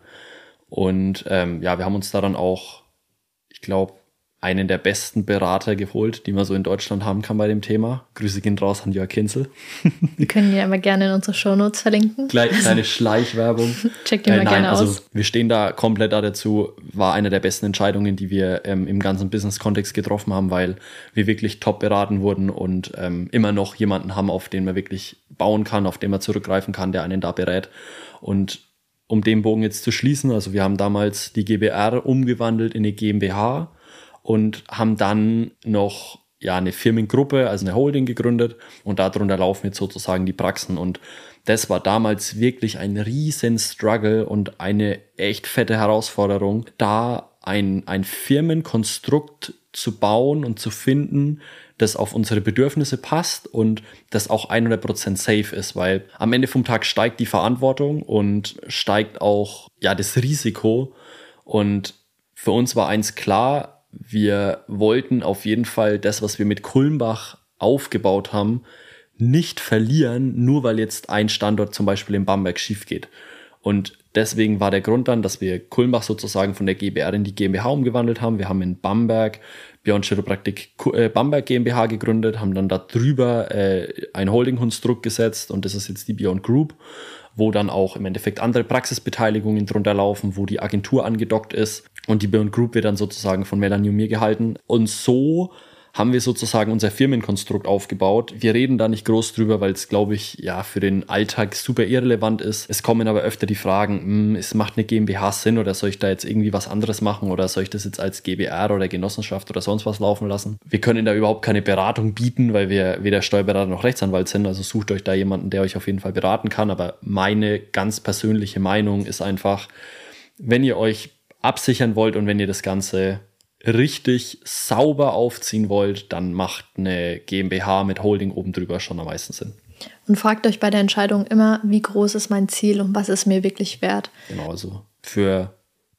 und wir haben uns da dann auch, ich glaube, einen der besten Berater geholt, die man so in Deutschland haben kann bei dem Thema. Grüße gehen raus an Jörg Kinzel.
Wir können ihn aber gerne in unsere Shownotes verlinken.
Kleine Schleichwerbung.
Checkt ihn mal gerne aus.
Wir stehen da komplett dazu. War eine der besten Entscheidungen, die wir im ganzen Business-Kontext getroffen haben, weil wir wirklich top beraten wurden und immer noch jemanden haben, auf den man wirklich bauen kann, auf den man zurückgreifen kann, der einen da berät. Und um den Bogen jetzt zu schließen, also wir haben damals die GbR umgewandelt in eine GmbH und haben dann noch eine Firmengruppe, also eine Holding gegründet und darunter laufen jetzt sozusagen die Praxen und das war damals wirklich ein riesen Struggle und eine echt fette Herausforderung, da ein Firmenkonstrukt zu bauen und zu finden, das auf unsere Bedürfnisse passt und das auch 100% safe ist, weil am Ende vom Tag steigt die Verantwortung und steigt auch das Risiko und für uns war eins klar, wir wollten auf jeden Fall das, was wir mit Kulmbach aufgebaut haben, nicht verlieren, nur weil jetzt ein Standort zum Beispiel in Bamberg schief geht. Und deswegen war der Grund dann, dass wir Kulmbach sozusagen von der GbR in die GmbH umgewandelt haben. Wir haben in Bamberg Beyond Chiropraktik Bamberg GmbH gegründet, haben dann da drüber ein Holding-Konstrukt gesetzt und das ist jetzt die Beyond Group, wo dann auch im Endeffekt andere Praxisbeteiligungen drunter laufen, wo die Agentur angedockt ist und die Beyond Group wird dann sozusagen von Melanie und mir gehalten. Und so haben wir sozusagen unser Firmenkonstrukt aufgebaut. Wir reden da nicht groß drüber, weil es, glaube ich, für den Alltag super irrelevant ist. Es kommen aber öfter die Fragen, es macht eine GmbH Sinn oder soll ich da jetzt irgendwie was anderes machen oder soll ich das jetzt als GbR oder Genossenschaft oder sonst was laufen lassen? Wir können da überhaupt keine Beratung bieten, weil wir weder Steuerberater noch Rechtsanwalt sind. Also sucht euch da jemanden, der euch auf jeden Fall beraten kann. Aber meine ganz persönliche Meinung ist einfach, wenn ihr euch absichern wollt und wenn ihr das Ganze richtig sauber aufziehen wollt, dann macht eine GmbH mit Holding oben drüber schon am meisten Sinn.
Und fragt euch bei der Entscheidung immer, wie groß ist mein Ziel und was ist mir wirklich wert.
Genau, also für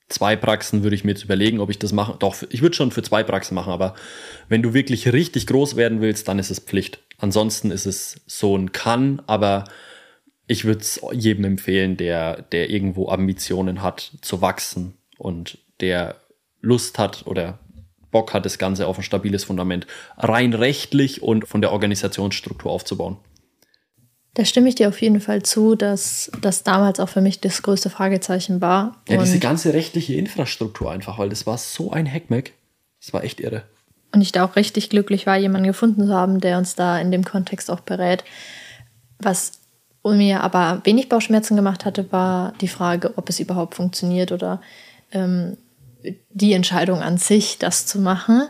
2 Praxen würde ich mir jetzt überlegen, ob ich das mache. Doch, ich würde schon für 2 Praxen machen, aber wenn du wirklich richtig groß werden willst, dann ist es Pflicht. Ansonsten ist es so ein Kann, aber ich würde es jedem empfehlen, der irgendwo Ambitionen hat zu wachsen und der Lust hat oder Bock hat, das Ganze auf ein stabiles Fundament rein rechtlich und von der Organisationsstruktur aufzubauen.
Da stimme ich dir auf jeden Fall zu, dass das damals auch für mich das größte Fragezeichen war.
Ja, diese ganze rechtliche Infrastruktur einfach, weil das war so ein Hackmack. Das war echt irre.
Und ich da auch richtig glücklich war, jemanden gefunden zu haben, der uns da in dem Kontext auch berät. Was mir aber wenig Bauchschmerzen gemacht hatte, war die Frage, ob es überhaupt funktioniert oder die Entscheidung an sich, das zu machen.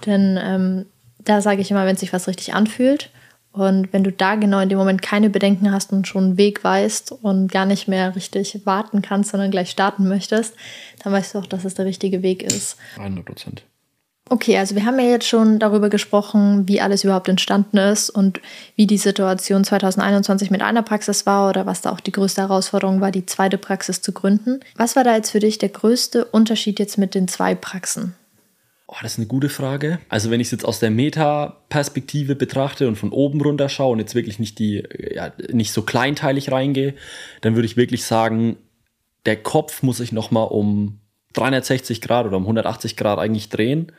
Denn da sage ich immer, wenn sich was richtig anfühlt und wenn du da genau in dem Moment keine Bedenken hast und schon einen Weg weißt und gar nicht mehr richtig warten kannst, sondern gleich starten möchtest, dann weißt du auch, dass es der richtige Weg ist.
100%.
Okay, also wir haben ja jetzt schon darüber gesprochen, wie alles überhaupt entstanden ist und wie die Situation 2021 mit einer Praxis war oder was da auch die größte Herausforderung war, die zweite Praxis zu gründen. Was war da jetzt für dich der größte Unterschied jetzt mit den 2 Praxen?
Oh, das ist eine gute Frage. Also wenn ich es jetzt aus der Meta-Perspektive betrachte und von oben runter schaue und jetzt wirklich nicht so kleinteilig reingehe, dann würde ich wirklich sagen, der Kopf muss sich nochmal um 360 Grad oder um 180 Grad eigentlich drehen,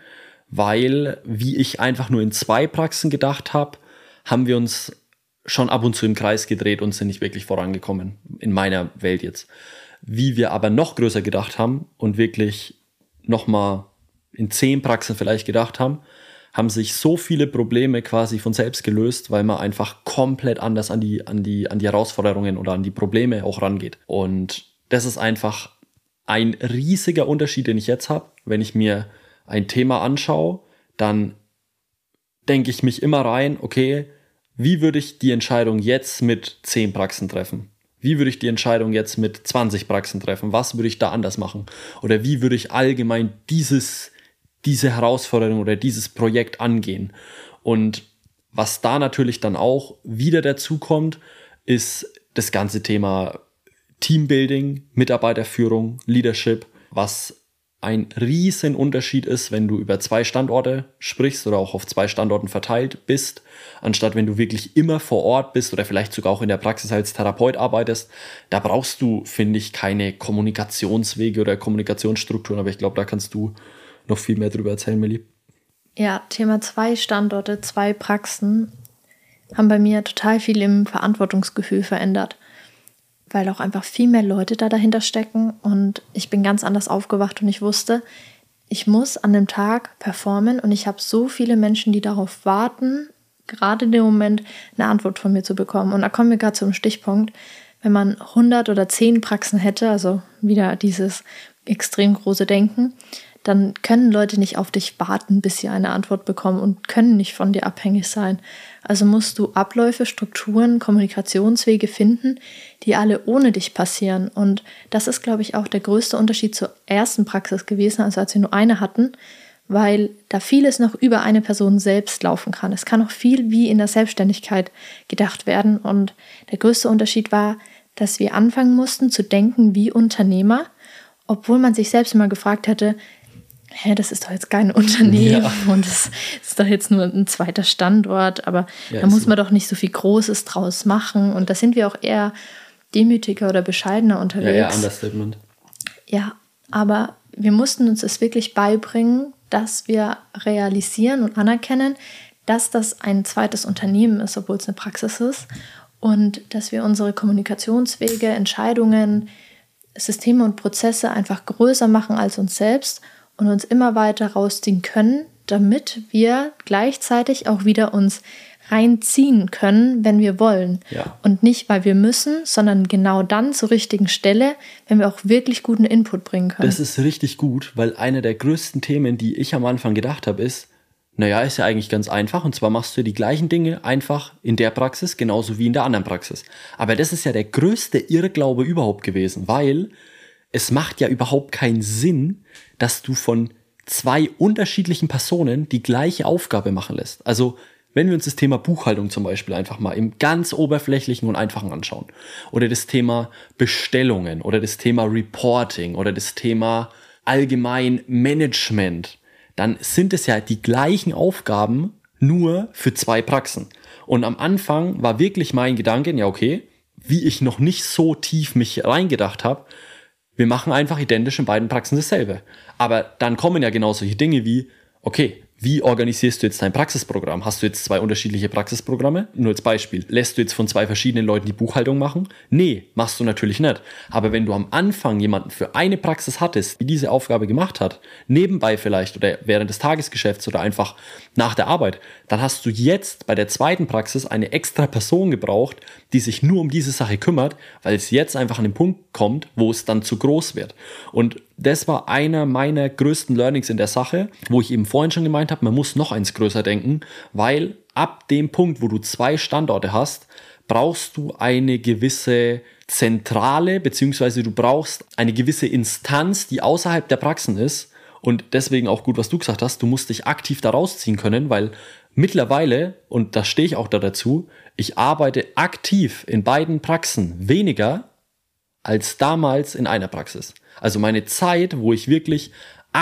weil, wie ich einfach nur in 2 Praxen gedacht habe, haben wir uns schon ab und zu im Kreis gedreht und sind nicht wirklich vorangekommen, in meiner Welt jetzt. Wie wir aber noch größer gedacht haben und wirklich nochmal in 10 Praxen vielleicht gedacht haben, haben sich so viele Probleme quasi von selbst gelöst, weil man einfach komplett anders an die Herausforderungen oder an die Probleme auch rangeht. Und das ist einfach ein riesiger Unterschied, den ich jetzt habe. Wenn ich mir ein Thema anschaue, dann denke ich mich immer rein, okay, wie würde ich die Entscheidung jetzt mit 10 Praxen treffen? Wie würde ich die Entscheidung jetzt mit 20 Praxen treffen? Was würde ich da anders machen? Oder wie würde ich allgemein diese Herausforderung oder dieses Projekt angehen? Und was da natürlich dann auch wieder dazu kommt, ist das ganze Thema Teambuilding, Mitarbeiterführung, Leadership, was ein riesen Unterschied ist, wenn du über 2 Standorte sprichst oder auch auf 2 Standorten verteilt bist, anstatt wenn du wirklich immer vor Ort bist oder vielleicht sogar auch in der Praxis als Therapeut arbeitest. Da brauchst du, finde ich, keine Kommunikationswege oder Kommunikationsstrukturen, aber ich glaube, da kannst du noch viel mehr drüber erzählen, Milli.
Ja, Thema 2 Standorte, 2 Praxen haben bei mir total viel im Verantwortungsgefühl verändert, weil auch einfach viel mehr Leute da dahinter stecken und ich bin ganz anders aufgewacht und ich wusste, ich muss an dem Tag performen und ich habe so viele Menschen, die darauf warten, gerade in dem Moment eine Antwort von mir zu bekommen. Und da kommen wir gerade zum Stichpunkt, wenn man 100 oder 10 Praxen hätte, also wieder dieses extrem große Denken, dann können Leute nicht auf dich warten, bis sie eine Antwort bekommen und können nicht von dir abhängig sein. Also musst du Abläufe, Strukturen, Kommunikationswege finden, die alle ohne dich passieren. Und das ist, glaube ich, auch der größte Unterschied zur ersten Praxis gewesen, also als wir nur eine hatten, weil da vieles noch über eine Person selbst laufen kann. Es kann auch viel wie in der Selbstständigkeit gedacht werden. Und der größte Unterschied war, dass wir anfangen mussten zu denken wie Unternehmer, obwohl man sich selbst immer gefragt hätte, das ist doch jetzt kein Unternehmen und das ist doch jetzt nur ein zweiter Standort, aber da muss man doch nicht so viel Großes draus machen. Und da sind wir auch eher demütiger oder bescheidener unterwegs.
Ja, Understatement.
Ja, aber wir mussten uns es wirklich beibringen, dass wir realisieren und anerkennen, dass das ein zweites Unternehmen ist, obwohl es eine Praxis ist. Und dass wir unsere Kommunikationswege, Entscheidungen, Systeme und Prozesse einfach größer machen als uns selbst und uns immer weiter rausziehen können, damit wir gleichzeitig auch wieder uns reinziehen können, wenn wir wollen.
Ja.
Und nicht, weil wir müssen, sondern genau dann zur richtigen Stelle, wenn wir auch wirklich guten Input bringen können.
Das ist richtig gut, weil eine der größten Themen, die ich am Anfang gedacht habe, ist ja eigentlich ganz einfach. Und zwar machst du die gleichen Dinge einfach in der Praxis, genauso wie in der anderen Praxis. Aber das ist ja der größte Irrglaube überhaupt gewesen, weil es macht ja überhaupt keinen Sinn, dass du von 2 unterschiedlichen Personen die gleiche Aufgabe machen lässt. Also wenn wir uns das Thema Buchhaltung zum Beispiel einfach mal im ganz oberflächlichen und einfachen anschauen oder das Thema Bestellungen oder das Thema Reporting oder das Thema allgemein Management, dann sind es ja die gleichen Aufgaben, nur für 2 Praxen. Und am Anfang war wirklich mein Gedanke, ja okay, wie ich noch nicht so tief mich reingedacht habe, wir machen einfach identisch in beiden Praxen dasselbe. Aber dann kommen ja genau solche Dinge wie, okay, wie organisierst du jetzt dein Praxisprogramm? Hast du jetzt 2 unterschiedliche Praxisprogramme? Nur als Beispiel. Lässt du jetzt von 2 verschiedenen Leuten die Buchhaltung machen? Nee, machst du natürlich nicht. Aber wenn du am Anfang jemanden für eine Praxis hattest, die diese Aufgabe gemacht hat, nebenbei vielleicht oder während des Tagesgeschäfts oder einfach nach der Arbeit, dann hast du jetzt bei der zweiten Praxis eine extra Person gebraucht, die sich nur um diese Sache kümmert, weil es jetzt einfach an den Punkt kommt, wo es dann zu groß wird. Und das war einer meiner größten Learnings in der Sache, wo ich eben vorhin schon gemeint habe, man muss noch eins größer denken, weil ab dem Punkt, wo du 2 Standorte hast, brauchst du eine gewisse Zentrale, beziehungsweise du brauchst eine gewisse Instanz, die außerhalb der Praxen ist. Und deswegen auch gut, was du gesagt hast, du musst dich aktiv da rausziehen können, weil mittlerweile, und da stehe ich auch da dazu, ich arbeite aktiv in beiden Praxen weniger als damals in einer Praxis. Also meine Zeit, wo ich wirklich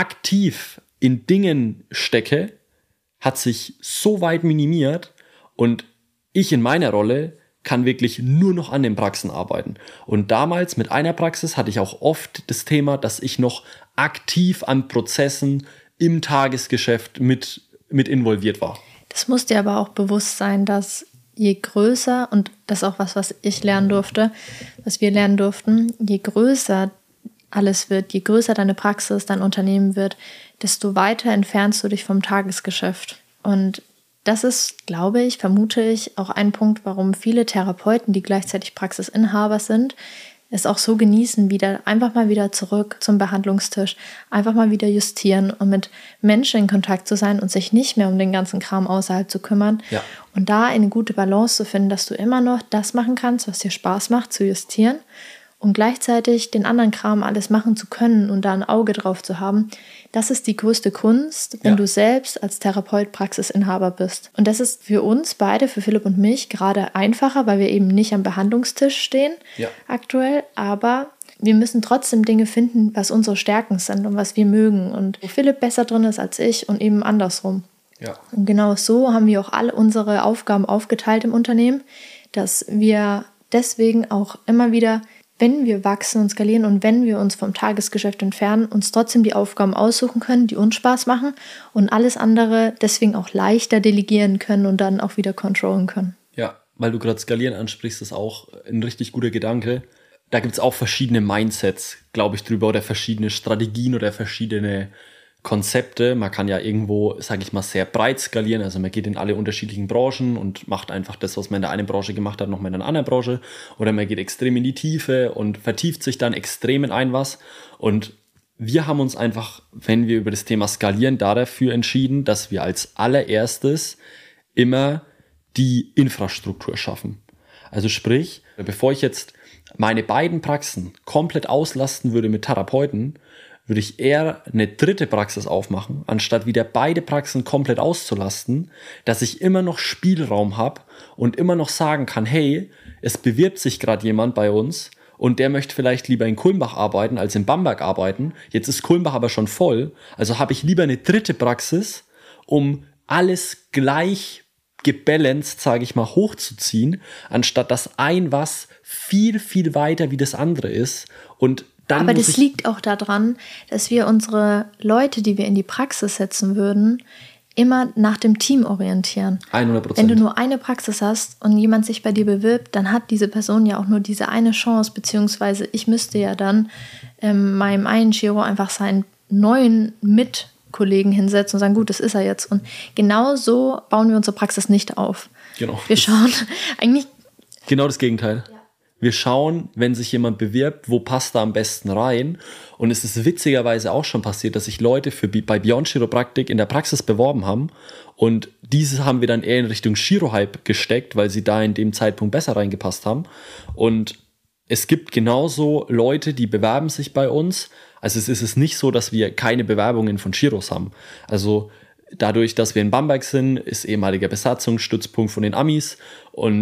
aktiv in Dingen stecke, hat sich so weit minimiert und ich in meiner Rolle kann wirklich nur noch an den Praxen arbeiten. Und damals mit einer Praxis hatte ich auch oft das Thema, dass ich noch aktiv an Prozessen im Tagesgeschäft mit involviert war.
Das muss dir aber auch bewusst sein, dass je größer, und das ist auch was ich lernen durfte, was wir lernen durften, je größer alles wird, je größer deine Praxis, dein Unternehmen wird, desto weiter entfernst du dich vom Tagesgeschäft. Und das ist, glaube ich, vermute ich, auch ein Punkt, warum viele Therapeuten, die gleichzeitig Praxisinhaber sind, es auch so genießen, einfach mal wieder zurück zum Behandlungstisch, einfach mal wieder justieren und mit Menschen in Kontakt zu sein und sich nicht mehr um den ganzen Kram außerhalb zu kümmern.
Ja.
Und da eine gute Balance zu finden, dass du immer noch das machen kannst, was dir Spaß macht, zu justieren und gleichzeitig den anderen Kram alles machen zu können und da ein Auge drauf zu haben, das ist die größte Kunst, wenn du selbst als Therapeut Praxisinhaber bist. Und das ist für uns beide, für Philipp und mich, gerade einfacher, weil wir eben nicht am Behandlungstisch stehen aktuell, aber wir müssen trotzdem Dinge finden, was unsere Stärken sind und was wir mögen und wo Philipp besser drin ist als ich und eben andersrum.
Ja.
Und genau so haben wir auch alle unsere Aufgaben aufgeteilt im Unternehmen, dass wir deswegen auch immer wieder, wenn wir wachsen und skalieren und wenn wir uns vom Tagesgeschäft entfernen, uns trotzdem die Aufgaben aussuchen können, die uns Spaß machen und alles andere deswegen auch leichter delegieren können und dann auch wieder controllen können.
Ja, weil du gerade Skalieren ansprichst, ist auch ein richtig guter Gedanke. Da gibt es auch verschiedene Mindsets, glaube ich, drüber oder verschiedene Strategien oder verschiedene Konzepte. Man kann ja irgendwo, sage ich mal, sehr breit skalieren. Also man geht in alle unterschiedlichen Branchen und macht einfach das, was man in der einen Branche gemacht hat, nochmal in einer anderen Branche. Oder man geht extrem in die Tiefe und vertieft sich dann extrem in ein was. Und wir haben uns einfach, wenn wir über das Thema Skalieren, dafür entschieden, dass wir als allererstes immer die Infrastruktur schaffen. Also sprich, bevor ich jetzt meine beiden Praxen komplett auslasten würde mit Therapeuten, würde ich eher eine dritte Praxis aufmachen, anstatt wieder beide Praxen komplett auszulasten, dass ich immer noch Spielraum habe und immer noch sagen kann, hey, es bewirbt sich gerade jemand bei uns und der möchte vielleicht lieber in Kulmbach arbeiten als in Bamberg arbeiten. Jetzt ist Kulmbach aber schon voll, also habe ich lieber eine dritte Praxis, um alles gleich gebalanced, sage ich mal, hochzuziehen, anstatt dass ein was viel, viel weiter wie das andere ist. Und dann
aber das liegt auch daran, dass wir unsere Leute, die wir in die Praxis setzen würden, immer nach dem Team orientieren.
100%.
Wenn du nur eine Praxis hast und jemand sich bei dir bewirbt, dann hat diese Person ja auch nur diese eine Chance, beziehungsweise ich müsste ja dann meinem einen Chiro einfach seinen neuen Mitkollegen hinsetzen und sagen, gut, das ist er jetzt. Und genau so bauen wir unsere Praxis nicht auf.
Genau.
Wir schauen eigentlich...
Genau das Gegenteil. Ja. Wir schauen, wenn sich jemand bewirbt, wo passt er am besten rein. Und es ist witzigerweise auch schon passiert, dass sich Leute bei Beyond Chiropraktik in der Praxis beworben haben. Und diese haben wir dann eher in Richtung Chirohype gesteckt, weil sie da in dem Zeitpunkt besser reingepasst haben. Und es gibt genauso Leute, die bewerben sich bei uns. Also es ist nicht so, dass wir keine Bewerbungen von Chiros haben. Also dadurch, dass wir in Bamberg sind, ist ehemaliger Besatzungsstützpunkt von den Amis und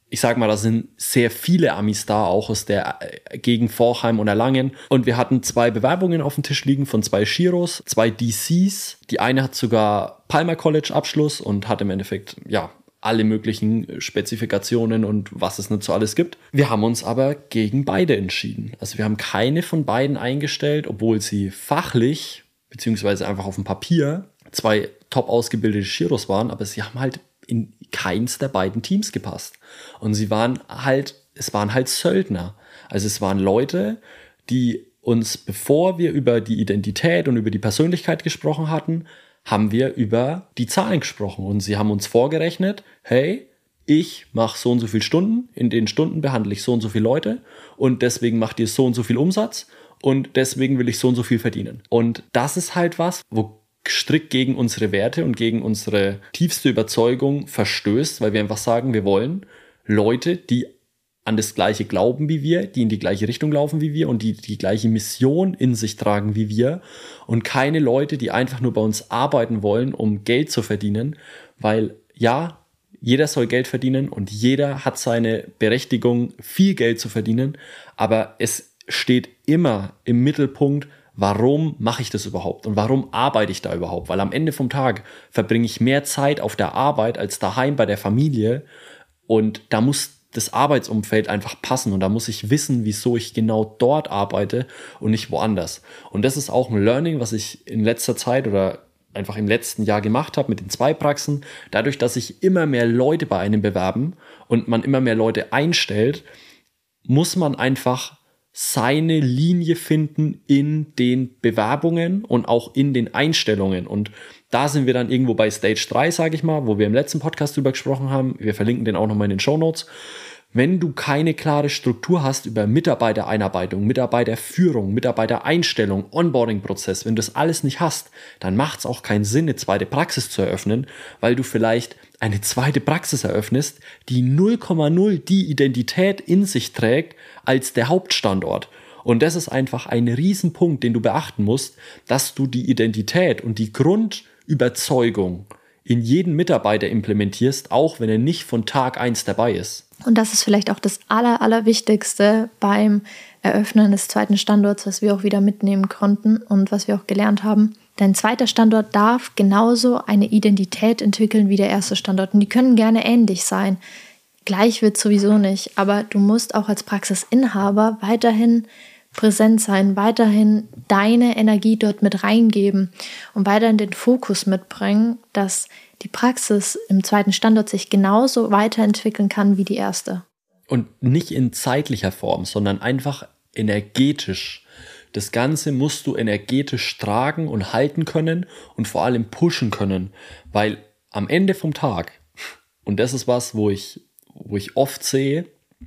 ich sag mal, da sind sehr viele Amis da, auch aus der Gegend Forchheim und Erlangen. Und wir hatten 2 Bewerbungen auf dem Tisch liegen von 2 Chiros, 2 DCs. Die eine hat sogar Palmer College Abschluss und hat im Endeffekt, ja, alle möglichen Spezifikationen und was es nicht so alles gibt. Wir haben uns aber gegen beide entschieden. Also wir haben keine von beiden eingestellt, obwohl sie fachlich, beziehungsweise einfach auf dem Papier, 2 top ausgebildete Chiros waren, aber sie haben halt in keins der beiden Teams gepasst. Und es waren halt Söldner. Also es waren Leute, die uns, bevor wir über die Identität und über die Persönlichkeit gesprochen hatten, haben wir über die Zahlen gesprochen. Und sie haben uns vorgerechnet, hey, ich mache so und so viele Stunden, in den Stunden behandle ich so und so viele Leute und deswegen macht ihr so und so viel Umsatz und deswegen will ich so und so viel verdienen. Und das ist halt was, wo strikt gegen unsere Werte und gegen unsere tiefste Überzeugung verstößt, weil wir einfach sagen, wir wollen Leute, die an das Gleiche glauben wie wir, die in die gleiche Richtung laufen wie wir und die die gleiche Mission in sich tragen wie wir und keine Leute, die einfach nur bei uns arbeiten wollen, um Geld zu verdienen, weil ja, jeder soll Geld verdienen und jeder hat seine Berechtigung, viel Geld zu verdienen, aber es steht immer im Mittelpunkt, warum mache ich das überhaupt und warum arbeite ich da überhaupt? Weil am Ende vom Tag verbringe ich mehr Zeit auf der Arbeit als daheim bei der Familie und da muss das Arbeitsumfeld einfach passen und da muss ich wissen, wieso ich genau dort arbeite und nicht woanders. Und das ist auch ein Learning, was ich in letzter Zeit oder einfach im letzten Jahr gemacht habe mit den 2 Praxen. Dadurch, dass sich immer mehr Leute bei einem bewerben und man immer mehr Leute einstellt, muss man einfach seine Linie finden in den Bewerbungen und auch in den Einstellungen. Und da sind wir dann irgendwo bei Stage 3, sage ich mal, wo wir im letzten Podcast drüber gesprochen haben. Wir verlinken den auch nochmal in den Shownotes. Wenn du keine klare Struktur hast über Mitarbeitereinarbeitung, Mitarbeiterführung, Mitarbeitereinstellung, Onboarding-Prozess, wenn du das alles nicht hast, dann macht es auch keinen Sinn, eine zweite Praxis zu eröffnen, weil du vielleicht eine zweite Praxis eröffnest, die 0,0 die Identität in sich trägt als der Hauptstandort. Und das ist einfach ein Riesenpunkt, den du beachten musst, dass du die Identität und die Grundüberzeugung in jeden Mitarbeiter implementierst, auch wenn er nicht von Tag 1 dabei ist.
Und das ist vielleicht auch das Allerwichtigste beim Eröffnen des zweiten Standorts, was wir auch wieder mitnehmen konnten und was wir auch gelernt haben. Dein zweiter Standort darf genauso eine Identität entwickeln wie der erste Standort. Und die können gerne ähnlich sein. Gleich wird sowieso nicht. Aber du musst auch als Praxisinhaber weiterhin präsent sein, weiterhin deine Energie dort mit reingeben und weiterhin den Fokus mitbringen, dass die Praxis im zweiten Standort sich genauso weiterentwickeln kann wie die erste.
Und nicht in zeitlicher Form, sondern einfach energetisch. Das Ganze musst du energetisch tragen und halten können und vor allem pushen können, weil am Ende vom Tag, und das ist was, wo ich oft sehe,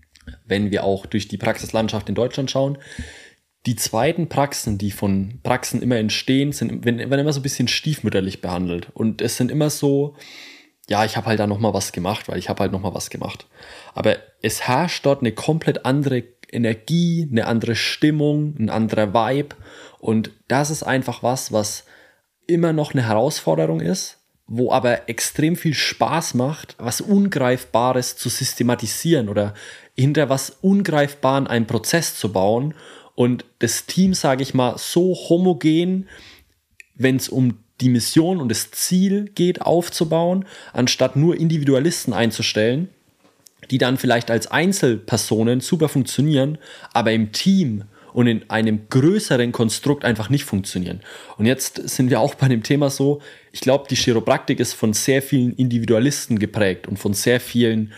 wenn wir auch durch die Praxislandschaft in Deutschland schauen, die zweiten Praxen, die von Praxen immer entstehen, werden immer so ein bisschen stiefmütterlich behandelt. Und es sind immer so, ja, ich habe halt da nochmal was gemacht, weil ich habe halt nochmal was gemacht. Aber es herrscht dort eine komplett andere Energie, eine andere Stimmung, ein anderer Vibe. Und das ist einfach was immer noch eine Herausforderung ist, wo aber extrem viel Spaß macht, was Ungreifbares zu systematisieren oder hinter was Ungreifbaren einen Prozess zu bauen und das Team, sage ich mal, so homogen, wenn es um die Mission und das Ziel geht, aufzubauen, anstatt nur Individualisten einzustellen, die dann vielleicht als Einzelpersonen super funktionieren, aber im Team und in einem größeren Konstrukt einfach nicht funktionieren. Und jetzt sind wir auch bei dem Thema so, ich glaube, die Chiropraktik ist von sehr vielen Individualisten geprägt und von sehr vielen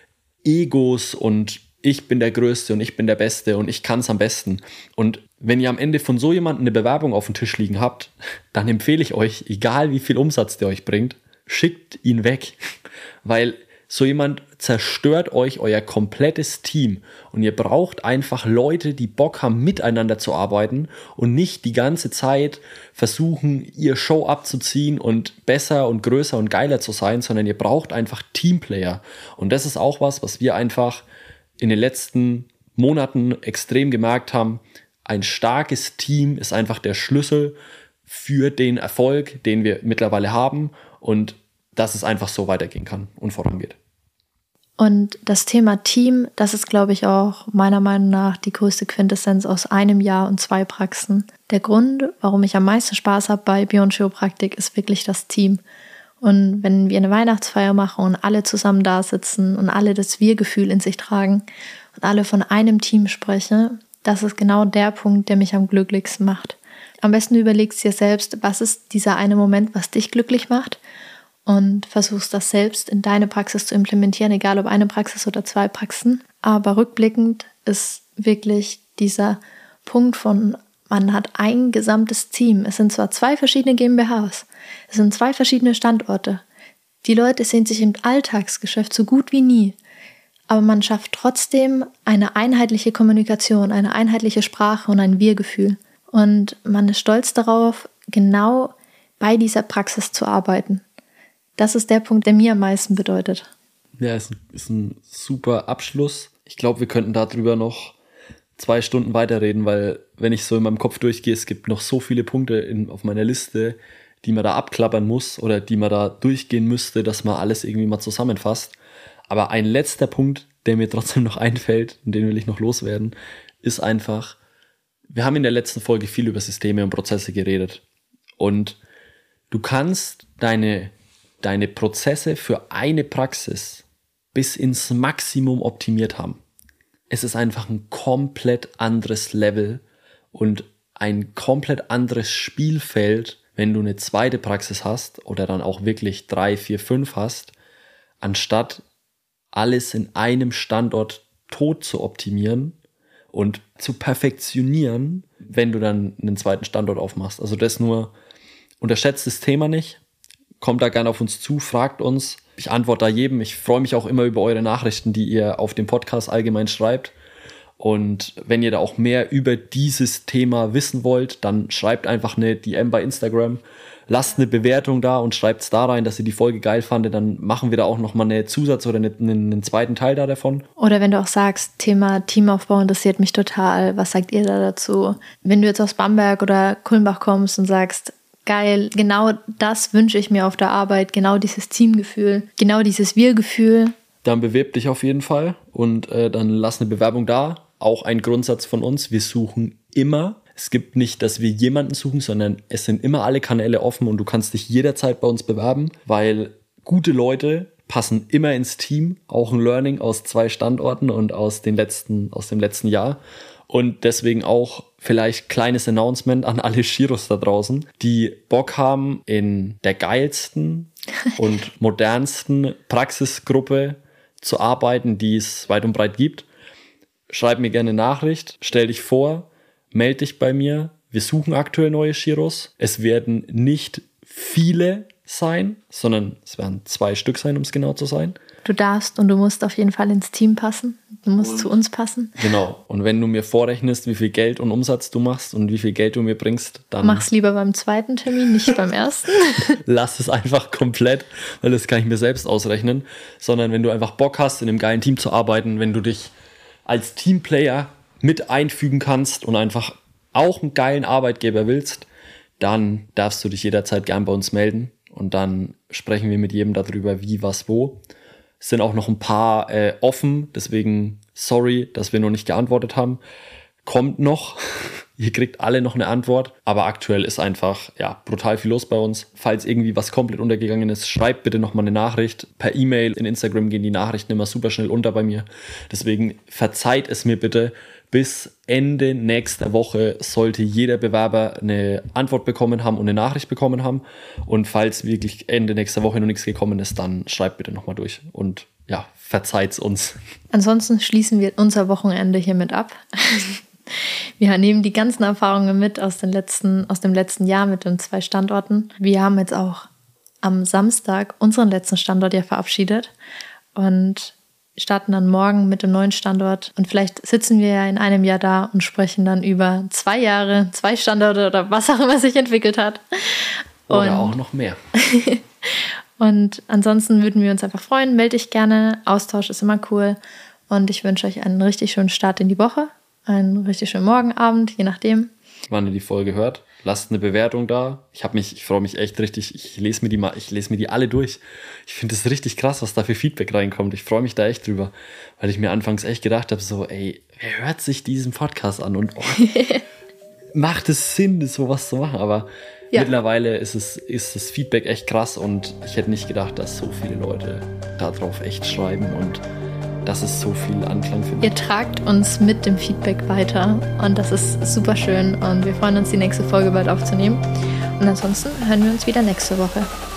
Egos und ich bin der Größte und ich bin der Beste und ich kann es am besten. Und wenn ihr am Ende von so jemandem eine Bewerbung auf dem Tisch liegen habt, dann empfehle ich euch, egal wie viel Umsatz der euch bringt, schickt ihn weg. Weil so jemand zerstört euch euer komplettes Team. Und ihr braucht einfach Leute, die Bock haben, miteinander zu arbeiten und nicht die ganze Zeit versuchen, ihr Show abzuziehen und besser und größer und geiler zu sein, sondern ihr braucht einfach Teamplayer. Und das ist auch was wir einfach in den letzten Monaten extrem gemerkt haben. Ein starkes Team ist einfach der Schlüssel für den Erfolg, den wir mittlerweile haben und dass es einfach so weitergehen kann und vorangeht.
Und das Thema Team, das ist, glaube ich, auch meiner Meinung nach die größte Quintessenz aus einem Jahr und 2 Praxen. Der Grund, warum ich am meisten Spaß habe bei Beyond Chiropraktik, ist wirklich das Team. Und wenn wir eine Weihnachtsfeier machen und alle zusammen da sitzen und alle das Wir-Gefühl in sich tragen und alle von einem Team sprechen, das ist genau der Punkt, der mich am glücklichsten macht. Am besten überlegst dir selbst, was ist dieser eine Moment, was dich glücklich macht, und versuchst das selbst in deine Praxis zu implementieren, egal ob eine Praxis oder 2 Praxen. Aber rückblickend ist wirklich dieser Punkt von, man hat ein gesamtes Team. Es sind zwar 2 verschiedene GmbHs, es sind 2 verschiedene Standorte. Die Leute sehen sich im Alltagsgeschäft so gut wie nie. Aber man schafft trotzdem eine einheitliche Kommunikation, eine einheitliche Sprache und ein Wir-Gefühl. Und man ist stolz darauf, genau bei dieser Praxis zu arbeiten. Das ist der Punkt, der mir am meisten bedeutet.
Ja, ist ein super Abschluss. Ich glaube, wir könnten darüber noch 2 Stunden weiterreden, weil wenn ich so in meinem Kopf durchgehe, es gibt noch so viele Punkte auf meiner Liste, die man da abklappern muss oder die man da durchgehen müsste, dass man alles irgendwie mal zusammenfasst. Aber ein letzter Punkt, der mir trotzdem noch einfällt und den will ich noch loswerden, ist einfach, wir haben in der letzten Folge viel über Systeme und Prozesse geredet. Und du kannst deine Prozesse für eine Praxis bis ins Maximum optimiert haben. Es ist einfach ein komplett anderes Level und ein komplett anderes Spielfeld, wenn du eine zweite Praxis hast oder dann auch wirklich 3, 4, 5 hast, anstatt alles in einem Standort tot zu optimieren und zu perfektionieren, wenn du dann einen zweiten Standort aufmachst. Also das nur, unterschätzt das Thema nicht. Kommt da gerne auf uns zu, fragt uns. Ich antworte da jedem. Ich freue mich auch immer über eure Nachrichten, die ihr auf dem Podcast allgemein schreibt. Und wenn ihr da auch mehr über dieses Thema wissen wollt, dann schreibt einfach eine DM bei Instagram. Lasst eine Bewertung da und schreibt es da rein, dass ihr die Folge geil fandet. Dann machen wir da auch nochmal eine Zusatz- oder einen zweiten Teil da davon.
Oder wenn du auch sagst, Thema Teamaufbau interessiert mich total. Was sagt ihr da dazu? Wenn du jetzt aus Bamberg oder Kulmbach kommst und sagst, geil, genau das wünsche ich mir auf der Arbeit, genau dieses Teamgefühl, genau dieses Wir-Gefühl.
Dann bewirb dich auf jeden Fall und dann lass eine Bewerbung da. Auch ein Grundsatz von uns, wir suchen immer. Es gibt nicht, dass wir jemanden suchen, sondern es sind immer alle Kanäle offen und du kannst dich jederzeit bei uns bewerben, weil gute Leute passen immer ins Team. Auch ein Learning aus 2 Standorten und aus dem letzten Jahr. Und deswegen auch vielleicht kleines Announcement an alle Chiros da draußen, die Bock haben, in der geilsten und modernsten Praxisgruppe zu arbeiten, die es weit und breit gibt. Schreib mir gerne eine Nachricht, stell dich vor, melde dich bei mir. Wir suchen aktuell neue Chiros. Es werden nicht viele sein, sondern es werden 2 Stück sein, um es genau zu sein.
Du darfst und du musst auf jeden Fall ins Team passen. Du musst zu uns passen.
Genau. Und wenn du mir vorrechnest, wie viel Geld und Umsatz du machst und wie viel Geld du mir bringst, dann...
Mach's lieber beim 2. Termin, nicht beim 1.
Lass es einfach komplett, weil das kann ich mir selbst ausrechnen. Sondern wenn du einfach Bock hast, in einem geilen Team zu arbeiten, wenn du dich als Teamplayer mit einfügen kannst und einfach auch einen geilen Arbeitgeber willst, dann darfst du dich jederzeit gern bei uns melden. Und dann sprechen wir mit jedem darüber, wie, was, wo. Es sind auch noch ein paar offen, deswegen sorry, dass wir noch nicht geantwortet haben. Kommt noch, ihr kriegt alle noch eine Antwort, aber aktuell ist einfach brutal viel los bei uns. Falls irgendwie was komplett untergegangen ist, schreibt bitte nochmal eine Nachricht. Per E-Mail, in Instagram gehen die Nachrichten immer super schnell unter bei mir. Deswegen verzeiht es mir bitte. Bis Ende nächster Woche sollte jeder Bewerber eine Antwort bekommen haben und eine Nachricht bekommen haben. Und falls wirklich Ende nächster Woche noch nichts gekommen ist, dann schreibt bitte nochmal durch. Und ja, verzeiht's uns.
Ansonsten schließen wir unser Wochenende hiermit ab. Wir nehmen die ganzen Erfahrungen mit aus dem letzten Jahr mit den 2 Standorten. Wir haben jetzt auch am Samstag unseren letzten Standort ja verabschiedet und starten dann morgen mit dem neuen Standort. Und vielleicht sitzen wir ja in einem Jahr da und sprechen dann über 2 Jahre, 2 Standorte oder was auch immer sich entwickelt hat.
Oder auch noch mehr.
Und ansonsten würden wir uns einfach freuen. Melde dich gerne. Austausch ist immer cool. Und ich wünsche euch einen richtig schönen Start in die Woche. Einen richtig schönen Morgen, Abend, je nachdem.
wann ihr die Folge hört. Lasst eine Bewertung da. Ich freue mich echt richtig. Ich lese mir die alle durch. Ich finde es richtig krass, was da für Feedback reinkommt. Ich freue mich da echt drüber, weil ich mir anfangs echt gedacht habe, so, ey, wer hört sich diesen Podcast an und macht es Sinn, sowas zu machen? Aber mittlerweile ist das Feedback echt krass und ich hätte nicht gedacht, dass so viele Leute darauf echt schreiben und dass es so viel Anklang findet.
Ihr tragt uns mit dem Feedback weiter und das ist super schön und wir freuen uns, die nächste Folge bald aufzunehmen. Und ansonsten hören wir uns wieder nächste Woche.